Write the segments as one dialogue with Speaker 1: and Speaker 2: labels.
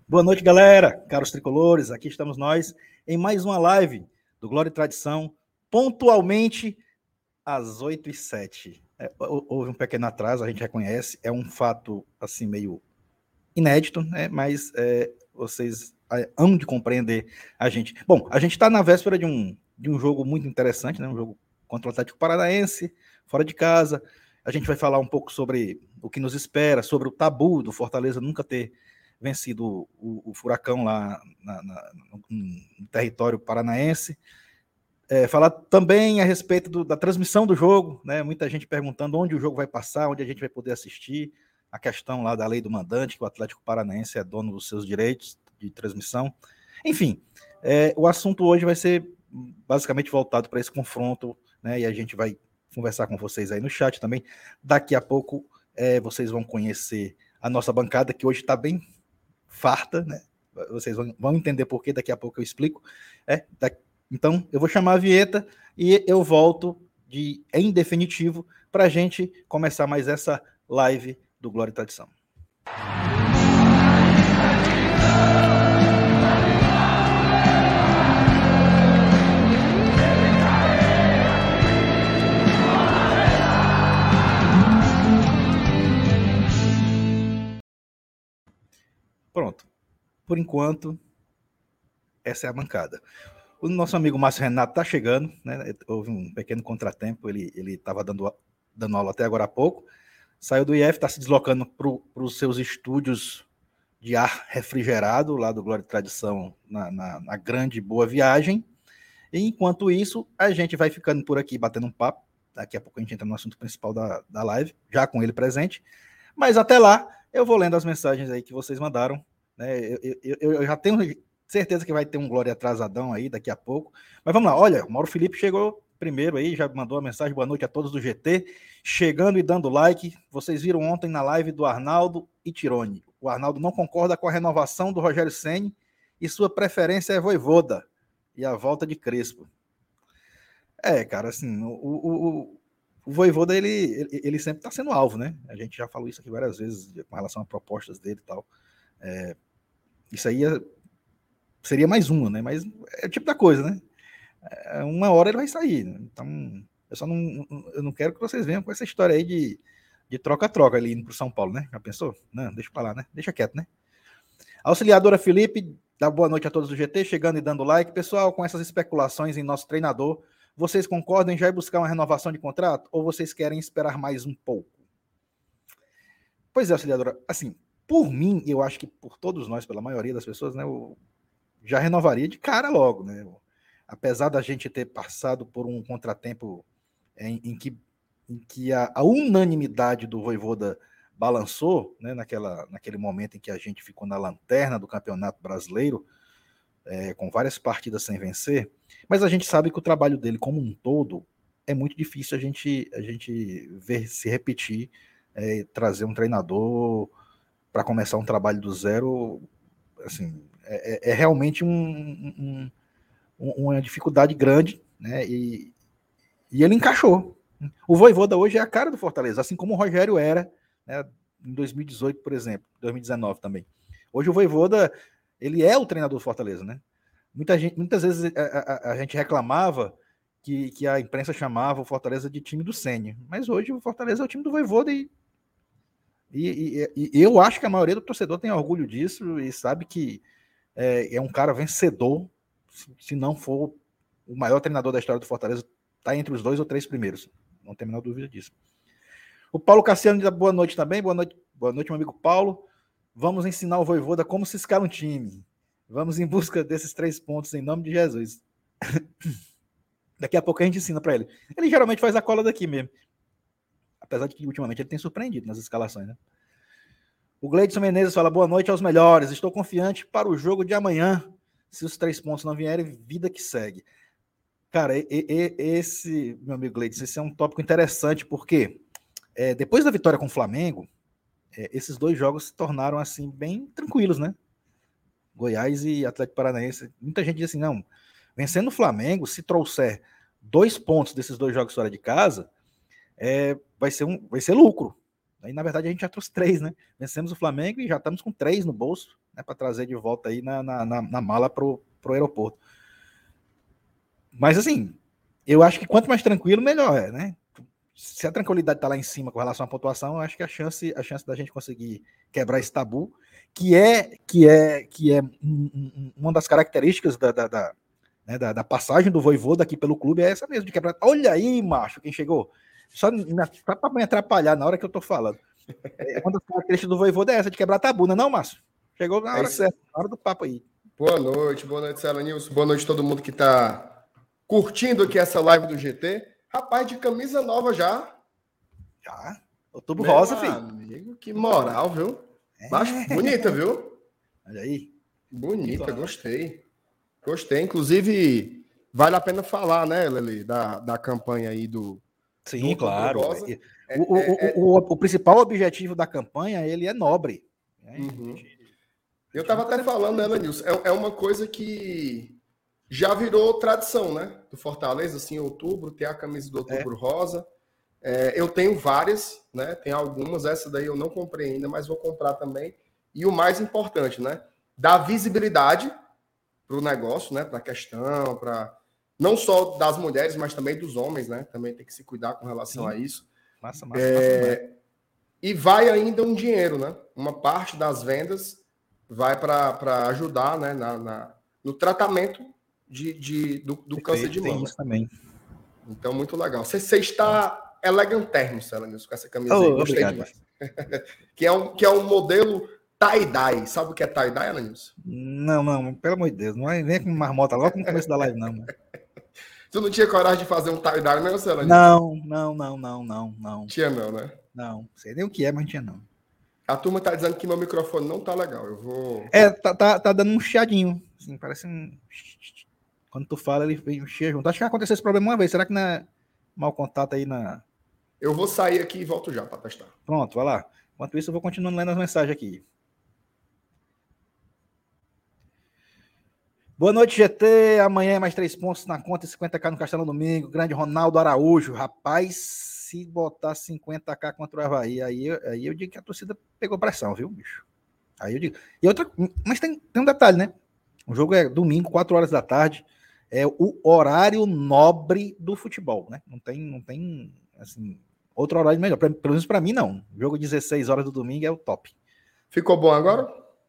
Speaker 1: Boa noite, galera, caros tricolores, aqui estamos nós em mais uma live do Glória e Tradição, pontualmente às 8h07. Houve um pequeno atraso, a gente reconhece, é um fato assim meio inédito, né? Mas vocês hão de compreender a gente. Bom, a gente está na véspera de um jogo muito interessante, né? Um jogo contra o Atlético Paranaense, fora de casa. A gente vai falar um pouco sobre o que nos espera, sobre o tabu do Fortaleza nunca ter vencido o Furacão lá no território paranaense. Falar também a respeito da transmissão do jogo, né? Muita gente perguntando onde o jogo vai passar, onde a gente vai poder assistir, a questão lá da lei do mandante, que o Atlético Paranaense é dono dos seus direitos de transmissão. Enfim, o assunto hoje vai ser basicamente voltado para esse confronto, né? E a gente vai conversar com vocês aí no chat também. Daqui a pouco vocês vão conhecer a nossa bancada, que hoje está bem farta, né? Vocês vão entender por que daqui a pouco eu explico. Então, eu vou chamar a vinheta e eu volto em definitivo para a gente começar mais essa live do Glória e Tradição. Pronto. Por enquanto, essa é a bancada. O nosso amigo Márcio Renato está chegando, né? Houve um pequeno contratempo, ele estava dando aula até agora há pouco, saiu do IF, está se deslocando para os seus estúdios de ar refrigerado, lá do Glória e Tradição, na grande Boa Viagem. E enquanto isso, a gente vai ficando por aqui, batendo um papo. Daqui a pouco a gente entra no assunto principal da live, já com ele presente. Mas até lá, eu vou lendo as mensagens aí que vocês mandaram, né? Eu já tenho certeza que vai ter um Glória atrasadão aí daqui a pouco. Mas vamos lá, olha, o Mauro Felipe chegou primeiro aí, já mandou a mensagem, boa noite a todos do GT, chegando e dando like. Vocês viram ontem na live do Arnaldo e Tironi. O Arnaldo não concorda com a renovação do Rogério Ceni e sua preferência é Vojvoda e a volta de Crespo. Cara, assim, o Vojvoda, ele sempre está sendo alvo, né? A gente já falou isso aqui várias vezes com relação a propostas dele e tal. Isso aí seria mais uma, né? Mas é o tipo da coisa, né? Uma hora ele vai sair. Então, eu não quero que vocês venham com essa história aí de troca-troca ali indo pro São Paulo, né? Já pensou? Não, deixa pra lá, né? Deixa quieto, né? Auxiliadora Felipe, dá boa noite a todos do GT, chegando e dando like. Pessoal, com essas especulações em nosso treinador, vocês concordam em já ir buscar uma renovação de contrato ou vocês querem esperar mais um pouco? Pois é, auxiliadora, assim, por mim, eu acho que por todos nós, pela maioria das pessoas, né, eu já renovaria de cara logo, né? Apesar da gente ter passado por um contratempo em que a unanimidade do Vojvoda balançou, né, naquele momento em que a gente ficou na lanterna do Campeonato Brasileiro, com várias partidas sem vencer, mas a gente sabe que o trabalho dele como um todo é muito difícil a gente ver se repetir, trazer um treinador para começar um trabalho do zero, assim, é realmente uma dificuldade grande, né? E ele encaixou. O Vojvoda hoje é a cara do Fortaleza, assim como o Rogério era, né, em 2018, por exemplo, 2019 também. Hoje o Vojvoda, ele é o treinador do Fortaleza, né? Muitas vezes a gente reclamava que a imprensa chamava o Fortaleza de time do Ceni, mas hoje o Fortaleza é o time do Vojvoda e eu acho que a maioria do torcedor tem orgulho disso e sabe que é um cara vencedor, se não for o maior treinador da história do Fortaleza, está entre os 2 ou 3 primeiros. Não tem a menor dúvida disso. O Paulo Cassiano diz boa noite também. Boa noite, meu amigo Paulo. Vamos ensinar o Vojvoda como se escala um time. Vamos em busca desses 3 pontos em nome de Jesus. Daqui a pouco a gente ensina para ele. Ele geralmente faz a cola daqui mesmo. Apesar de que ultimamente ele tem surpreendido nas escalações, né? O Gleidson Menezes fala boa noite aos melhores. Estou confiante para o jogo de amanhã. Se os 3 pontos não vierem, vida que segue. Cara, esse, meu amigo Gleidson, esse é um tópico interessante, porque depois da vitória com o Flamengo, esses 2 jogos se tornaram assim bem tranquilos, né? Goiás e Atlético Paranaense. Muita gente diz assim, não, vencendo o Flamengo, se trouxer 2 pontos desses 2 jogos fora de casa, vai ser lucro. Aí, na verdade, a gente já trouxe 3, né? Vencemos o Flamengo e já estamos com 3 no bolso, né, para trazer de volta aí na mala pro aeroporto. Mas assim, eu acho que quanto mais tranquilo, melhor, né? Se a tranquilidade está lá em cima com relação à pontuação, eu acho que a chance da gente conseguir quebrar esse tabu, que é uma das características da passagem do Vojvoda aqui pelo clube, é essa mesmo, de quebrar. Olha aí, macho, quem chegou. Só para me atrapalhar na hora que eu tô falando. Uma das características do Vojvoda é essa, de quebrar tabu, não, Márcio? Chegou na hora certa, na hora do papo aí.
Speaker 2: Boa noite, Sela Nilson. Boa noite a todo mundo que está curtindo aqui essa live do GT. Rapaz, de camisa nova já.
Speaker 1: Já? Outubro rosa, filho.
Speaker 2: Amigo, que moral, viu? Bonita, viu?
Speaker 1: Olha aí.
Speaker 2: Bonita, gostei. Gostei. Inclusive, vale a pena falar, né, Lele, da campanha aí do.
Speaker 1: Sim, do claro. Rosa. O principal objetivo da campanha, ele é nobre.
Speaker 2: Uhum. Eu estava até falando, né, Lenilson? É uma coisa que já virou tradição, né? Do Fortaleza, assim, em outubro, ter a camisa do Outubro Rosa. Eu tenho várias, né? Tem algumas, essa daí eu não comprei ainda, mas vou comprar também. E o mais importante, né? Dar visibilidade para o negócio, né? Para a questão, para não só das mulheres, mas também dos homens, né? Também tem que se cuidar com relação a isso.
Speaker 1: Massa.
Speaker 2: E vai ainda um dinheiro, né? Uma parte das vendas vai para ajudar, né? No tratamento do câncer de mama.
Speaker 1: Tem isso também.
Speaker 2: Então, muito legal. Você está elegantérrimo, Sela Nilson, com essa camisa aí. Gostei demais. que é um modelo tie-dye. Sabe o que é tie-dye, Ana Nilson?
Speaker 1: Não, pelo amor de Deus. Não é nem com marmota logo no começo da live, não. Mano.
Speaker 2: Tu não tinha coragem de fazer um tie-dye, não, Sela
Speaker 1: Nilson? Não.
Speaker 2: Tinha não, né?
Speaker 1: Não. Sei nem o que é, mas não tinha não.
Speaker 2: A turma tá dizendo que meu microfone não tá legal. Eu vou...
Speaker 1: Tá dando um chiadinho. Assim, parece um... Quando tu fala, ele vem um chia junto. Acho que aconteceu esse problema uma vez. Será que não é mau contato aí na...
Speaker 2: Eu vou sair aqui e volto já para testar.
Speaker 1: Pronto, vai lá. Enquanto isso, eu vou continuando lendo as mensagens aqui. Boa noite, GT. Amanhã é mais 3 pontos na conta e 50k no Castelão domingo. Grande Ronaldo Araújo. Rapaz, se botar 50k contra o Avaí, aí eu digo que a torcida pegou pressão, viu, bicho? Aí eu digo. E outra, mas tem um detalhe, né? O jogo é domingo, 4 horas da tarde. É o horário nobre do futebol, né? Não tem assim, outro horário melhor. Pelo menos para mim, não. O jogo 16 horas do domingo é o top.
Speaker 2: Ficou bom agora?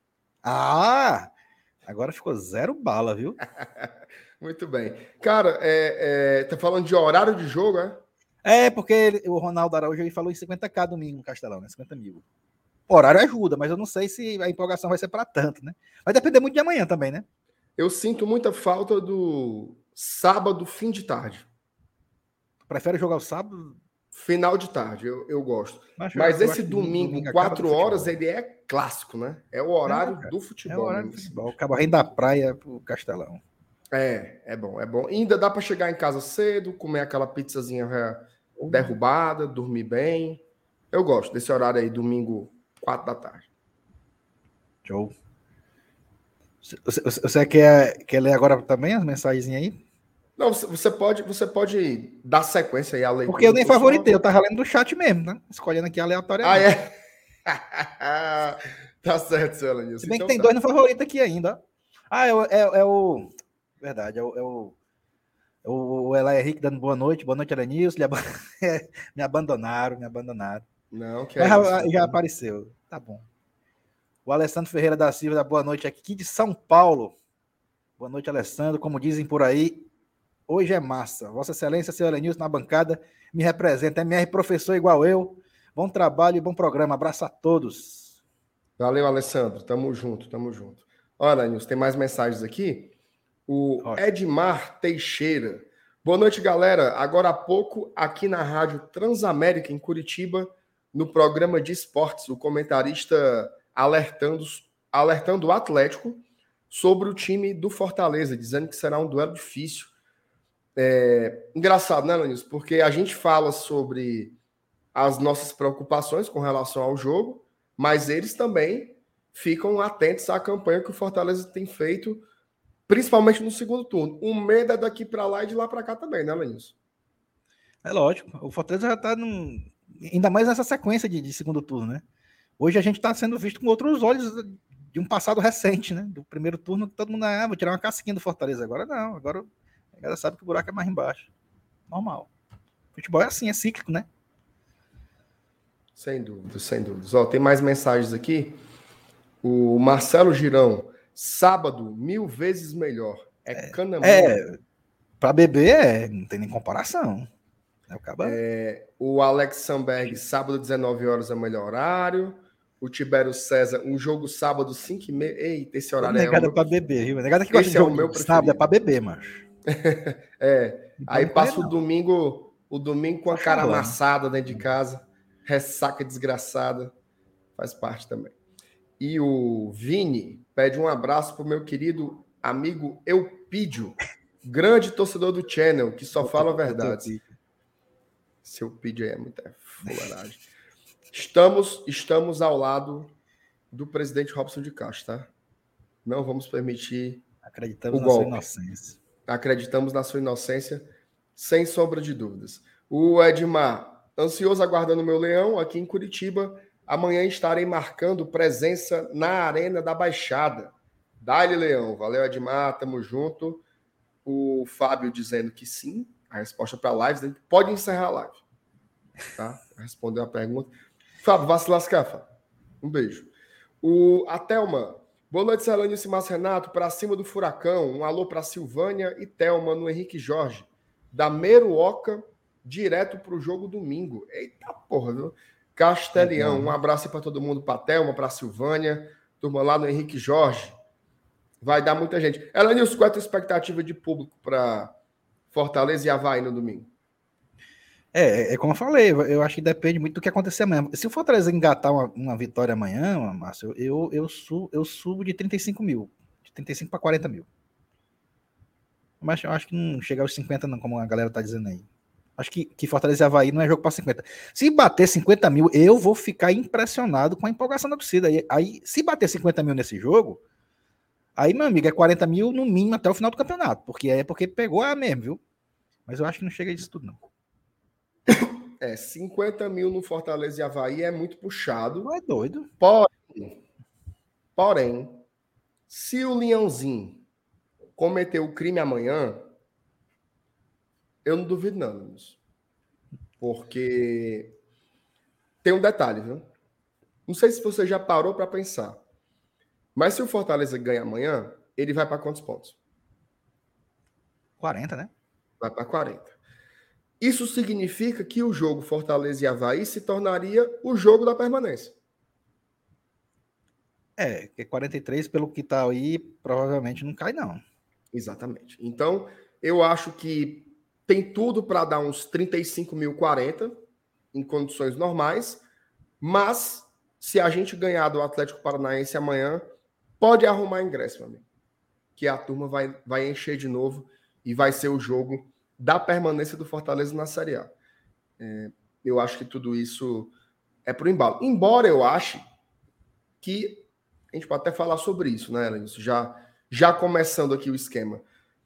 Speaker 1: Agora ficou 0 bala, viu?
Speaker 2: Muito bem. Cara, tá falando de horário de jogo,
Speaker 1: porque o Ronaldo Araújo ele falou em 50k domingo no Castelão, né? 50 mil. O horário ajuda, mas eu não sei se a empolgação vai ser para tanto, né? Vai depender muito de amanhã também, né?
Speaker 2: Eu sinto muita falta do sábado, fim de tarde.
Speaker 1: Prefere jogar o sábado?
Speaker 2: Final de tarde, eu gosto. Mas esse domingo 4 horas, ele é clássico, né? É o horário do futebol.
Speaker 1: É o horário do futebol. Acaba rindo da praia pro Castelão.
Speaker 2: É bom. E ainda dá para chegar em casa cedo, comer aquela pizzazinha derrubada, dormir bem. Eu gosto desse horário aí, domingo, 4 da tarde.
Speaker 1: Show. Você quer ler agora também as mensagens aí?
Speaker 2: Não, você pode dar sequência aí à leitura.
Speaker 1: Porque eu nem favoritei, eu tava lendo do chat mesmo, né? Escolhendo aqui aleatoriamente.
Speaker 2: Tá certo, seu Elenilson.
Speaker 1: Se bem que tem 2 no favorito aqui ainda. É o... Verdade, é o Elay Henrique dando boa noite, Elenilson. Me abandonaram.
Speaker 2: Não, que
Speaker 1: Mas já apareceu, tá bom. O Alessandro Ferreira da Silva, boa noite aqui de São Paulo. Boa noite, Alessandro. Como dizem por aí, hoje é massa. Vossa Excelência, senhor Elenilson, na bancada, me representa. MR professor igual eu. Bom trabalho e bom programa. Abraço a todos.
Speaker 2: Valeu, Alessandro. Tamo junto. Olha, Nilson, tem mais mensagens aqui. O Edmar Teixeira. Boa noite, galera. Agora há pouco, aqui na Rádio Transamérica, em Curitiba, no programa de esportes, o comentarista alertando o Atlético sobre o time do Fortaleza, dizendo que será um duelo difícil. Engraçado, né, Lenilson? Porque a gente fala sobre as nossas preocupações com relação ao jogo, mas eles também ficam atentos à campanha que o Fortaleza tem feito, principalmente no segundo turno. O medo é daqui para lá e de lá para cá também, né, Lenilson?
Speaker 1: É lógico. O Fortaleza já está ainda mais nessa sequência de segundo turno, né? Hoje a gente está sendo visto com outros olhos de um passado recente, né? Do primeiro turno, que todo mundo, vou tirar uma casquinha do Fortaleza. Agora não, agora a galera sabe que o buraco é mais embaixo. Normal. Futebol é assim, é cíclico, né?
Speaker 2: Sem dúvidas, sem dúvidas. Ó, tem mais mensagens aqui. O Marcelo Girão, sábado, 1000 vezes melhor. É Canaminho.
Speaker 1: Para beber, não tem nem comparação.
Speaker 2: O Alex Samberg, sábado, 19 horas é o melhor horário. O Tibério César, um jogo sábado, 5h30. Eita, esse horário
Speaker 1: negada
Speaker 2: é o
Speaker 1: meu... para beber, viu? Negada que gosta de jogo de sábado é para beber, macho.
Speaker 2: Aí passa o domingo com a cara amassada dentro de casa, ressaca desgraçada, faz parte também. E o Vini pede um abraço pro meu querido amigo Eupídio, grande torcedor do Channel, que só fala a verdade. Seu Eupídio aí é muita fularagem. Estamos ao lado do presidente Robson de Castro, tá? Não vamos permitir
Speaker 1: o golpe. Sua inocência.
Speaker 2: Acreditamos na sua inocência, sem sombra de dúvidas. O Edmar, ansioso aguardando o meu leão aqui em Curitiba. Amanhã estarei marcando presença na Arena da Baixada. Dá-lhe, Leão. Valeu, Edmar. Tamo junto. O Fábio dizendo que sim. A resposta para a live. Pode encerrar a live. Tá? Respondeu a pergunta. Fábio, vá se lascar, Fábio. Um beijo. A Thelma. Boa noite, Celânio e Márcio Renato. Para cima do furacão. Um alô para Silvânia e Thelma no Henrique Jorge. Da Meruoca direto para o jogo domingo. Eita porra, viu? Castelhão, um abraço para todo mundo, para Thelma, para Silvânia, turma lá no Henrique Jorge. Vai dar muita gente. Elenilson, qual é a tua expectativa de público para Fortaleza e Avaí no domingo?
Speaker 1: Como eu falei, eu acho que depende muito do que acontecer amanhã. Se o Fortaleza engatar uma vitória amanhã, Márcio, eu subo de 35 mil, de 35 para 40 mil. Mas eu acho que não chega aos 50 não, como a galera tá dizendo aí. Acho que Fortaleza e Avaí não é jogo para 50. Se bater 50 mil, eu vou ficar impressionado com a empolgação da torcida. Aí, se bater 50 mil nesse jogo, aí, meu amigo, é 40 mil no mínimo até o final do campeonato. Porque pegou a mesmo, viu? Mas eu acho que não chega disso tudo, não.
Speaker 2: 50 mil no Fortaleza e Avaí é muito puxado.
Speaker 1: Não é doido.
Speaker 2: Porém, se o Leãozinho cometer o crime amanhã, eu não duvido não, porque tem um detalhe, viu? Não sei se você já parou para pensar, mas se o Fortaleza ganha amanhã, ele vai para quantos pontos?
Speaker 1: 40, né?
Speaker 2: Vai para 40. Isso significa que o jogo Fortaleza e Avaí se tornaria o jogo da permanência.
Speaker 1: Que 43, pelo que tá aí, provavelmente não cai, não.
Speaker 2: Exatamente. Então, eu acho que tem tudo para dar uns 35 mil, 40 em condições normais, mas se a gente ganhar do Atlético Paranaense amanhã, pode arrumar ingresso, meu amigo, que a turma vai encher de novo e vai ser o jogo da permanência do Fortaleza na Série A. Eu acho que tudo isso é pro embalo. Embora eu ache que a gente pode até falar sobre isso, né, Elenilson? Já começando aqui o esquema.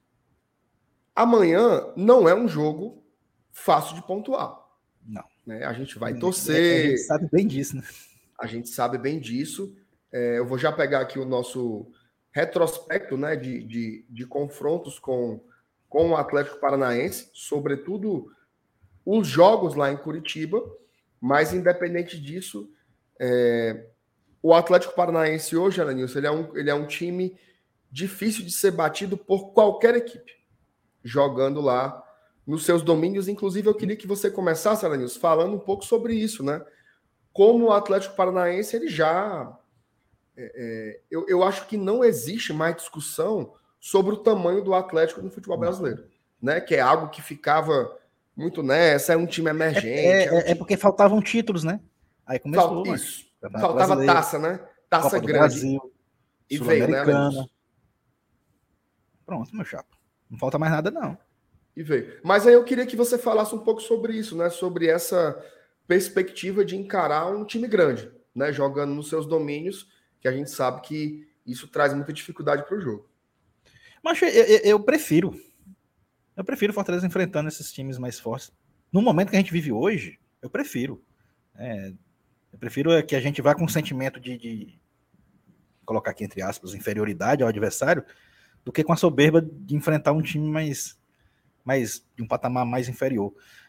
Speaker 2: Amanhã não é um jogo fácil de pontuar.
Speaker 1: Não.
Speaker 2: Né? A gente vai torcer.
Speaker 1: A gente sabe bem disso, né?
Speaker 2: A gente sabe bem disso. Eu vou já pegar aqui o nosso retrospecto, né, de confrontos com o Atlético Paranaense, sobretudo os jogos lá em Curitiba, mas independente disso, o Atlético Paranaense hoje, Elenilson, ele é um time difícil de ser batido por qualquer equipe, jogando lá nos seus domínios. Inclusive, eu queria que você começasse, Elenilson, falando um pouco sobre isso, né? Como o Atlético Paranaense, ele já... eu acho que não existe mais discussão sobre o tamanho do Atlético no futebol brasileiro, né? Que é algo que ficava muito nessa, é um time emergente.
Speaker 1: Porque faltavam títulos, né? Aí começou.
Speaker 2: Isso. Faltava taça, né? Taça
Speaker 1: Copa do
Speaker 2: grande.
Speaker 1: Brasil,
Speaker 2: e veio, né, Elenilson?
Speaker 1: Pronto, meu chapa. Não falta mais nada, não.
Speaker 2: E veio. Mas aí eu queria que você falasse um pouco sobre isso, né? Sobre essa perspectiva de encarar um time grande, né? Jogando nos seus domínios, que a gente sabe que isso traz muita dificuldade para o jogo.
Speaker 1: Mas eu prefiro. Eu prefiro o Fortaleza enfrentando esses times mais fortes. No momento que a gente vive hoje, eu prefiro. Eu prefiro que a gente vá com um sentimento de colocar aqui entre aspas, inferioridade ao adversário, do que com a soberba de enfrentar um time mais de um patamar mais inferior.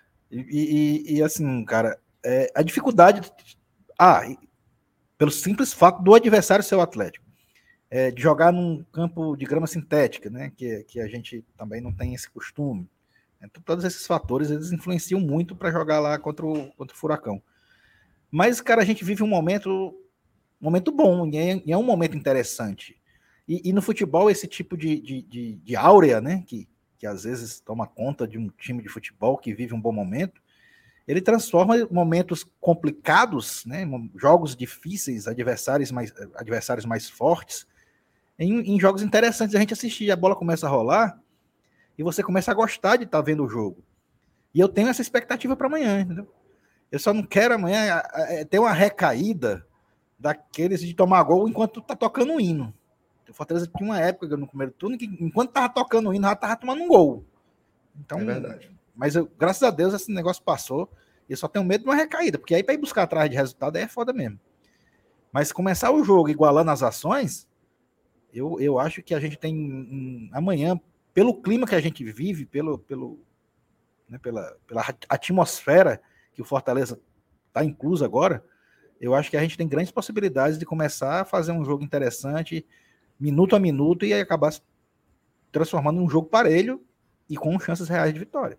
Speaker 1: E assim, cara, a dificuldade, pelo simples fato do adversário ser o Atlético, de jogar num campo de grama sintética, né, que a gente também não tem esse costume. Então, todos esses fatores, eles influenciam muito para jogar lá contra o Furacão. Mas, cara, a gente vive um momento bom, e é um momento interessante. E no futebol, esse tipo de áurea, né, que às vezes toma conta de um time de futebol que vive um bom momento, ele transforma momentos complicados, né, jogos difíceis, adversários mais fortes, em jogos interessantes a gente assistir. A bola começa a rolar e você começa a gostar de estar vendo o jogo. E eu tenho essa expectativa para amanhã, entendeu? Eu só não quero amanhã ter uma recaída daqueles de tomar gol enquanto tá tocando um hino. O Fortaleza tinha uma época no primeiro turno que, enquanto tava tocando o hino, já tava tomando um gol. Então,
Speaker 2: é verdade.
Speaker 1: Mas graças a Deus esse negócio passou. E eu só tenho medo de uma recaída, porque aí para ir buscar atrás de resultado é foda mesmo. Mas começar o jogo igualando as ações, eu acho que a gente tem amanhã, pelo clima que a gente vive, né, pela atmosfera que o Fortaleza está incluso agora, eu acho que a gente tem grandes possibilidades de começar a fazer um jogo interessante, minuto a minuto, e acabar transformando um jogo parelho e com chances reais de vitória.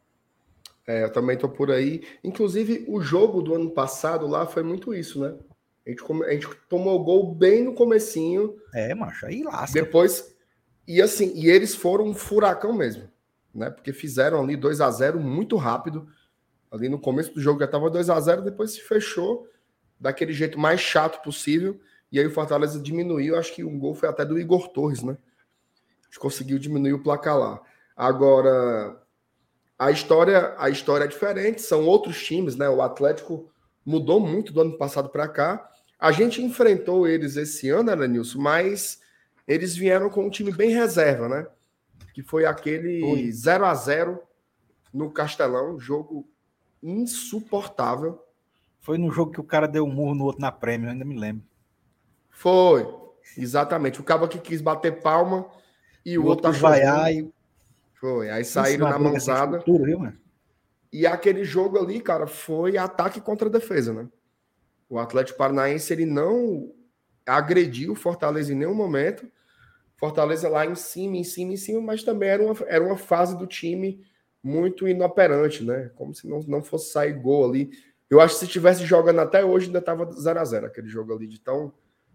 Speaker 2: Eu também tô por aí. Inclusive, o jogo do ano passado lá foi muito isso, né? A gente tomou gol bem no comecinho.
Speaker 1: Macho, aí lasca.
Speaker 2: Depois, e eles foram um furacão mesmo, né? Porque fizeram ali 2-0 muito rápido. Ali no começo do jogo já tava 2-0, depois se fechou daquele jeito mais chato possível. E aí o Fortaleza diminuiu. Acho que um gol foi até do Igor Torres, né? A gente conseguiu diminuir o placar lá. Agora, a história é diferente, são outros times, né? O Atlético mudou muito do ano passado para cá. A gente enfrentou eles esse ano, Elenilson, mas eles vieram com um time bem reserva, né? Que foi aquele 0-0 no Castelão, jogo insuportável.
Speaker 1: Foi no jogo que o cara deu um murro no outro na Premier, eu ainda me lembro.
Speaker 2: Foi, exatamente. O cabo que quis bater palma e o outro
Speaker 1: quis vaiar e...
Speaker 2: Foi, aí saíram na mãozada.
Speaker 1: Viu, mano?
Speaker 2: E aquele jogo ali, cara, foi ataque contra defesa, né? O Atlético Paranaense, ele não agrediu o Fortaleza em nenhum momento. Fortaleza lá em cima, mas também era uma fase do time muito inoperante, né? Como se não fosse sair gol ali. Eu acho que se estivesse jogando até hoje, ainda estava 0-0 aquele jogo ali, de tão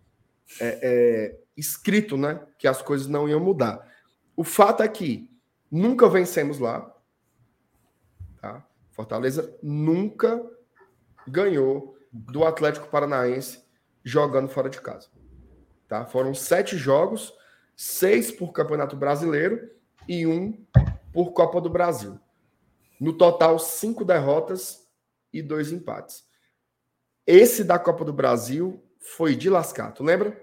Speaker 2: escrito, né? Que as coisas não iam mudar. O fato é que nunca vencemos lá. Tá? Fortaleza nunca ganhou do Atlético Paranaense jogando fora de casa. Tá? Foram 7 jogos, 6 por Campeonato Brasileiro e 1 por Copa do Brasil. No total, 5 derrotas e 2 empates. Esse da Copa do Brasil foi de lascar, tu lembra?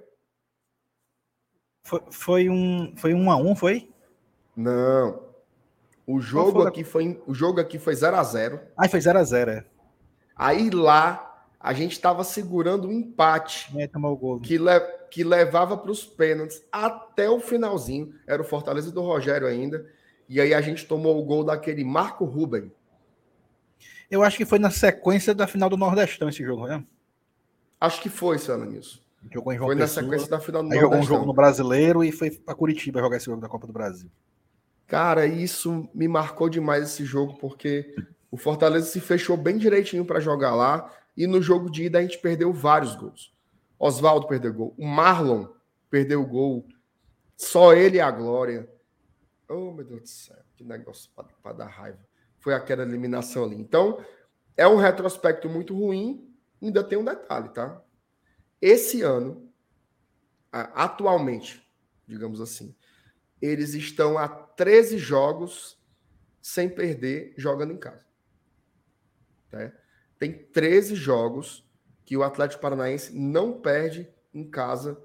Speaker 1: Foi 1-1, foi?
Speaker 2: Não. O jogo aqui foi 0-0.
Speaker 1: Ah, foi 0-0, é.
Speaker 2: Aí lá a gente estava segurando um empate
Speaker 1: Tomou o gol.
Speaker 2: que levava para os pênaltis até o finalzinho. Era o Fortaleza do Rogério ainda. E aí a gente tomou o gol daquele Marco Ruben.
Speaker 1: Eu acho que foi na sequência da final do Nordestão esse jogo, né?
Speaker 2: Acho que foi, seu Nisso.
Speaker 1: Jogou em João
Speaker 2: Foi
Speaker 1: Pessoa,
Speaker 2: na sequência da final do
Speaker 1: aí
Speaker 2: Nordestão.
Speaker 1: Jogou um jogo no Brasileiro e foi para Curitiba jogar esse jogo da Copa do Brasil.
Speaker 2: Cara, isso me marcou demais esse jogo, porque o Fortaleza se fechou bem direitinho para jogar lá, e no jogo de ida a gente perdeu vários gols. Oswaldo perdeu gol, o Marlon perdeu o gol, só ele e a Glória. Oh, meu Deus do céu, que negócio para dar raiva. Foi aquela eliminação ali. Então, é um retrospecto muito ruim. Ainda tem um detalhe, tá? Esse ano, atualmente, digamos assim, eles estão a 13 jogos sem perder jogando em casa. Tá? Tem 13 jogos que o Atlético Paranaense não perde em casa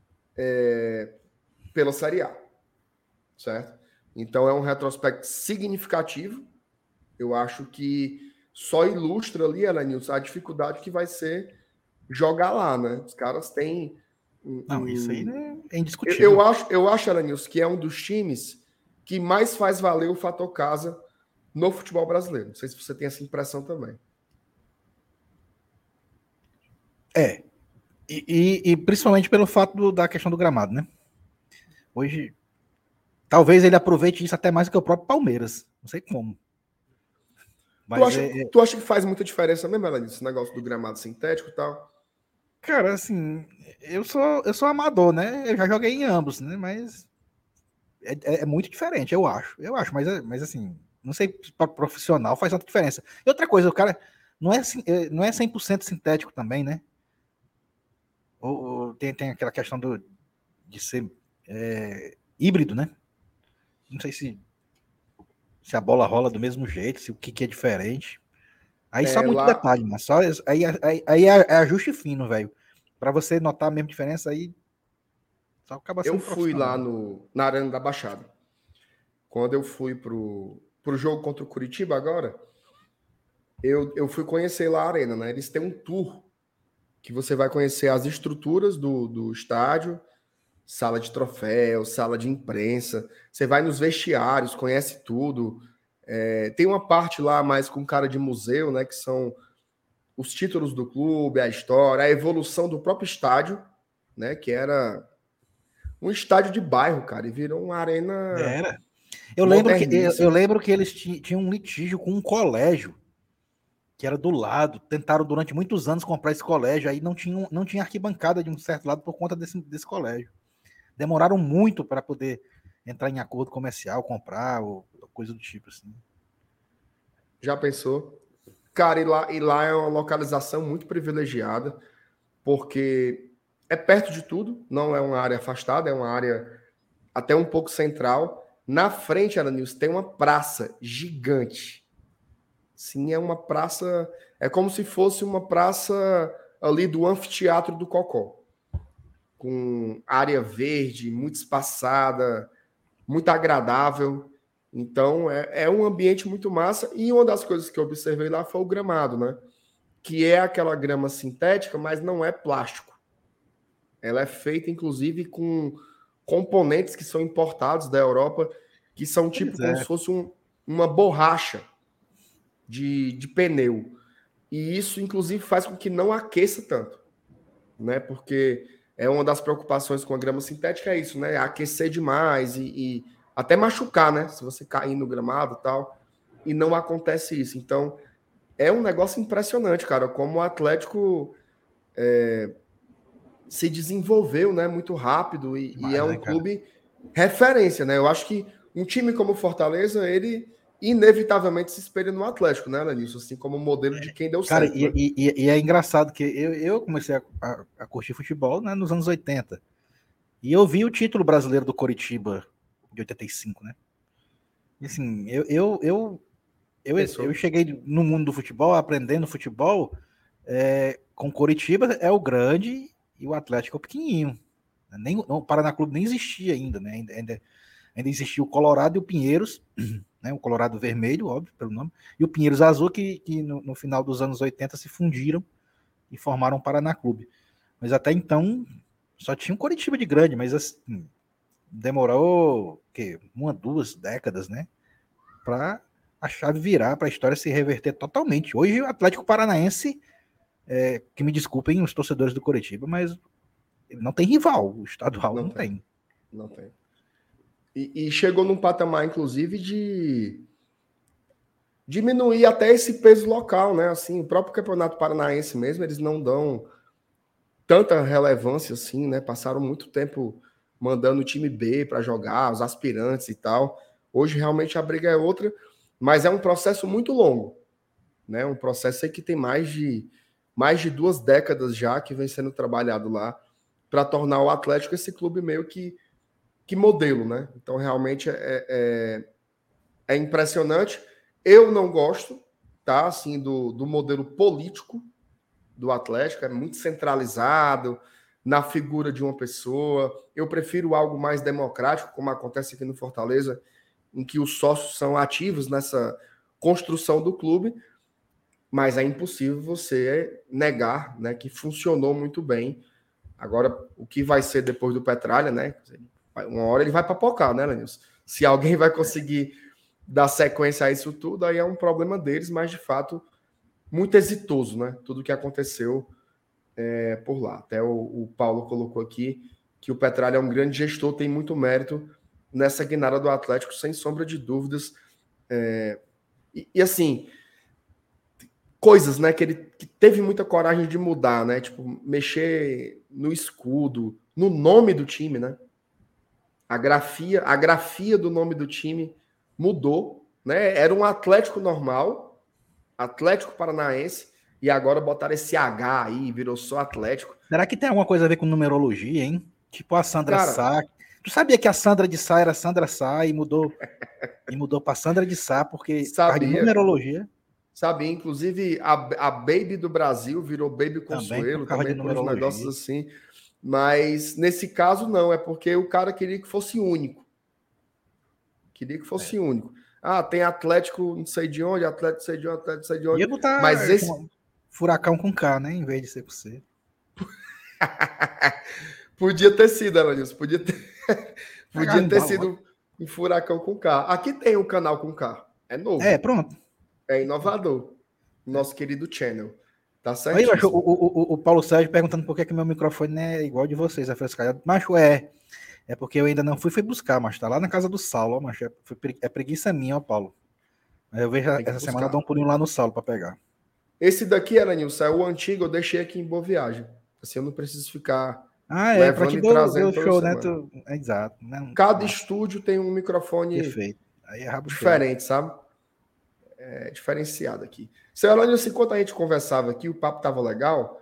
Speaker 2: pela Série A. Certo? Então é um retrospecto significativo. Eu acho que só ilustra ali, Elenilson, a dificuldade que vai ser jogar lá, né? Os caras têm
Speaker 1: Não, isso aí é indiscutível.
Speaker 2: Eu acho, Alanils, que é um dos times que mais faz valer o fator casa no futebol brasileiro. Não sei se você tem essa impressão também.
Speaker 1: E principalmente pelo fato da questão do gramado, né? Hoje, talvez ele aproveite isso até mais do que o próprio Palmeiras. Não sei como.
Speaker 2: Mas tu acha que faz muita diferença mesmo, Alanils, esse negócio do gramado sintético e tal?
Speaker 1: Cara, assim, eu sou amador, né? Eu já joguei em ambos, né? Mas é muito diferente, eu acho. Mas assim, não sei para profissional faz tanta diferença. E outra coisa, o cara não é 100% sintético também, né? Ou tem aquela questão de ser híbrido, né? Não sei se a bola rola do mesmo jeito, se o que é diferente. Aí só muito detalhe, mas só aí é ajuste fino, velho. Para você notar a mesma diferença aí, só acaba sendo
Speaker 2: eu fui lá na Arena da Baixada. Quando eu fui pro jogo contra o Curitiba agora, eu fui conhecer lá a Arena, né? Eles têm um tour que você vai conhecer as estruturas do estádio, sala de troféu, sala de imprensa. Você vai nos vestiários, conhece tudo. Tem uma parte lá mais com cara de museu, né? Que são os títulos do clube, a história, a evolução do próprio estádio, né? Que era um estádio de bairro, cara, e virou uma arena.
Speaker 1: Era. Eu lembro que eles tinham um litígio com um colégio que era do lado. Tentaram durante muitos anos comprar esse colégio, aí não tinha arquibancada de um certo lado por conta desse colégio. Demoraram muito para poder entrar em acordo comercial, comprar, ou coisa do tipo assim.
Speaker 2: Já pensou? Cara, e lá é uma localização muito privilegiada, porque é perto de tudo, não é uma área afastada, é uma área até um pouco central. Na frente, Alanils, tem uma praça gigante. Sim, é uma praça. É como se fosse uma praça ali do anfiteatro do Cocó, com área verde, muito espaçada, muito agradável. Então, é um ambiente muito massa. E uma das coisas que eu observei lá foi o gramado, né? Que é aquela grama sintética, mas não é plástico. Ela é feita, inclusive, com componentes que são importados da Europa, que são tipo como se fosse uma borracha de pneu. E isso, inclusive, faz com que não aqueça tanto, né? Porque é uma das preocupações com a grama sintética, é isso, né? Aquecer demais e até machucar, né? Se você cair no gramado e tal. E não acontece isso. Então, é um negócio impressionante, cara, como o Atlético se desenvolveu, né? Muito rápido e é
Speaker 1: Demais,
Speaker 2: um
Speaker 1: né, cara?
Speaker 2: clube referência, né? Eu acho que um time como o Fortaleza, ele inevitavelmente se espelha no Atlético, né, Lenilson? Assim como modelo de quem deu
Speaker 1: Cara,
Speaker 2: certo, né?
Speaker 1: e é engraçado que eu comecei a curtir futebol, né, nos anos 80. E eu vi o título brasileiro do Coritiba de 85, né? E assim, eu cheguei no mundo do futebol, aprendendo futebol, com Coritiba é o grande e o Atlético é o pequenininho. O Paraná Clube nem existia ainda, né? Ainda existia o Colorado e o Pinheiros, né? O Colorado vermelho, óbvio, pelo nome, e o Pinheiros azul, que no final dos anos 80 se fundiram e formaram o Paraná Clube. Mas até então só tinha um Coritiba de grande, mas assim, demorou uma, 2 décadas, né? Para a chave virar, para a história se reverter totalmente. Hoje o Atlético Paranaense, que me desculpem os torcedores do Coritiba, mas ele não tem rival, o estadual não tem.
Speaker 2: Não tem. E chegou num patamar, inclusive, de diminuir até esse peso local, né? Assim, o próprio Campeonato Paranaense mesmo, eles não dão tanta relevância assim, né? Passaram muito tempo mandando o time B para jogar, os aspirantes e tal. Hoje realmente a briga é outra, mas é um processo muito longo, né? Um processo aí que tem mais de 2 décadas já que vem sendo trabalhado lá para tornar o Atlético esse clube meio que modelo, né? Então realmente é impressionante. Eu não gosto, tá? Assim, do modelo político do Atlético, é muito centralizado na figura de uma pessoa. Eu prefiro algo mais democrático, como acontece aqui no Fortaleza, em que os sócios são ativos nessa construção do clube, mas é impossível você negar, né, que funcionou muito bem Agora, o que vai ser depois do Petralha, né? Uma hora ele vai papocar, né, Lenilson? Se alguém vai conseguir dar sequência a isso tudo, aí é um problema deles, mas de fato, muito exitoso, né? Tudo que aconteceu por lá. Até o Paulo colocou aqui que o Petralha é um grande gestor, tem muito mérito nessa guinada do Atlético, sem sombra de dúvidas. E assim, coisas, né, que teve muita coragem de mudar, né? Tipo, mexer no escudo, no nome do time, né? A grafia do nome do time mudou, né? Era um Atlético normal, Atlético Paranaense, e agora botaram esse H aí, virou só Atlético.
Speaker 1: Será que tem alguma coisa a ver com numerologia, hein? Tipo a Sandra
Speaker 2: Cara,
Speaker 1: Sá. Tu sabia que a Sandra de Sá era Sandra Sá e mudou para Sandra de Sá porque por causa de
Speaker 2: sabia,
Speaker 1: numerologia?
Speaker 2: sabia. Inclusive, a Baby do Brasil virou Baby
Speaker 1: Também por
Speaker 2: Consuelo,
Speaker 1: causa de
Speaker 2: também por uns
Speaker 1: numerologia.
Speaker 2: negócios assim. Mas nesse caso, não, é porque o cara queria que fosse único. Queria que fosse único. Ah, tem Atlético não sei de onde, Atlético não sei de onde, Atlético não sei de onde.
Speaker 1: Ia botar
Speaker 2: Mas esse.
Speaker 1: furacão com K, né? Em vez de ser com C.
Speaker 2: Podia ter sido, Elenilson. Podia ter,
Speaker 1: Cagava
Speaker 2: podia
Speaker 1: em
Speaker 2: ter
Speaker 1: pau, ó.
Speaker 2: sido um furacão com K. Aqui tem um canal com K. É novo.
Speaker 1: Pronto.
Speaker 2: É inovador. Nosso querido channel. Tá
Speaker 1: Aí, macho,
Speaker 2: certíssimo.
Speaker 1: o Paulo Sérgio perguntando por que meu microfone não é igual de vocês, afrescalhado. Macho, é porque eu ainda não fui buscar, mas tá lá na casa do Saulo, ó, macho. É preguiça minha, ó, Paulo. Mas eu vejo
Speaker 2: Tem que
Speaker 1: essa semana eu dou
Speaker 2: buscar.
Speaker 1: um pulinho lá no Saulo pra pegar.
Speaker 2: Esse daqui, Elenilson, é o antigo, eu deixei aqui em Boa Viagem. Assim eu não preciso ficar
Speaker 1: Pra que
Speaker 2: levando e trazendo
Speaker 1: deu
Speaker 2: toda
Speaker 1: show, né?
Speaker 2: semana.
Speaker 1: Exato. Né?
Speaker 2: Cada
Speaker 1: Massa,
Speaker 2: estúdio tem um microfone
Speaker 1: perfeito. Aí é rabo teu.
Speaker 2: diferente, sabe? É diferenciado aqui. Seu Elenilson, enquanto a gente conversava aqui, o papo tava legal,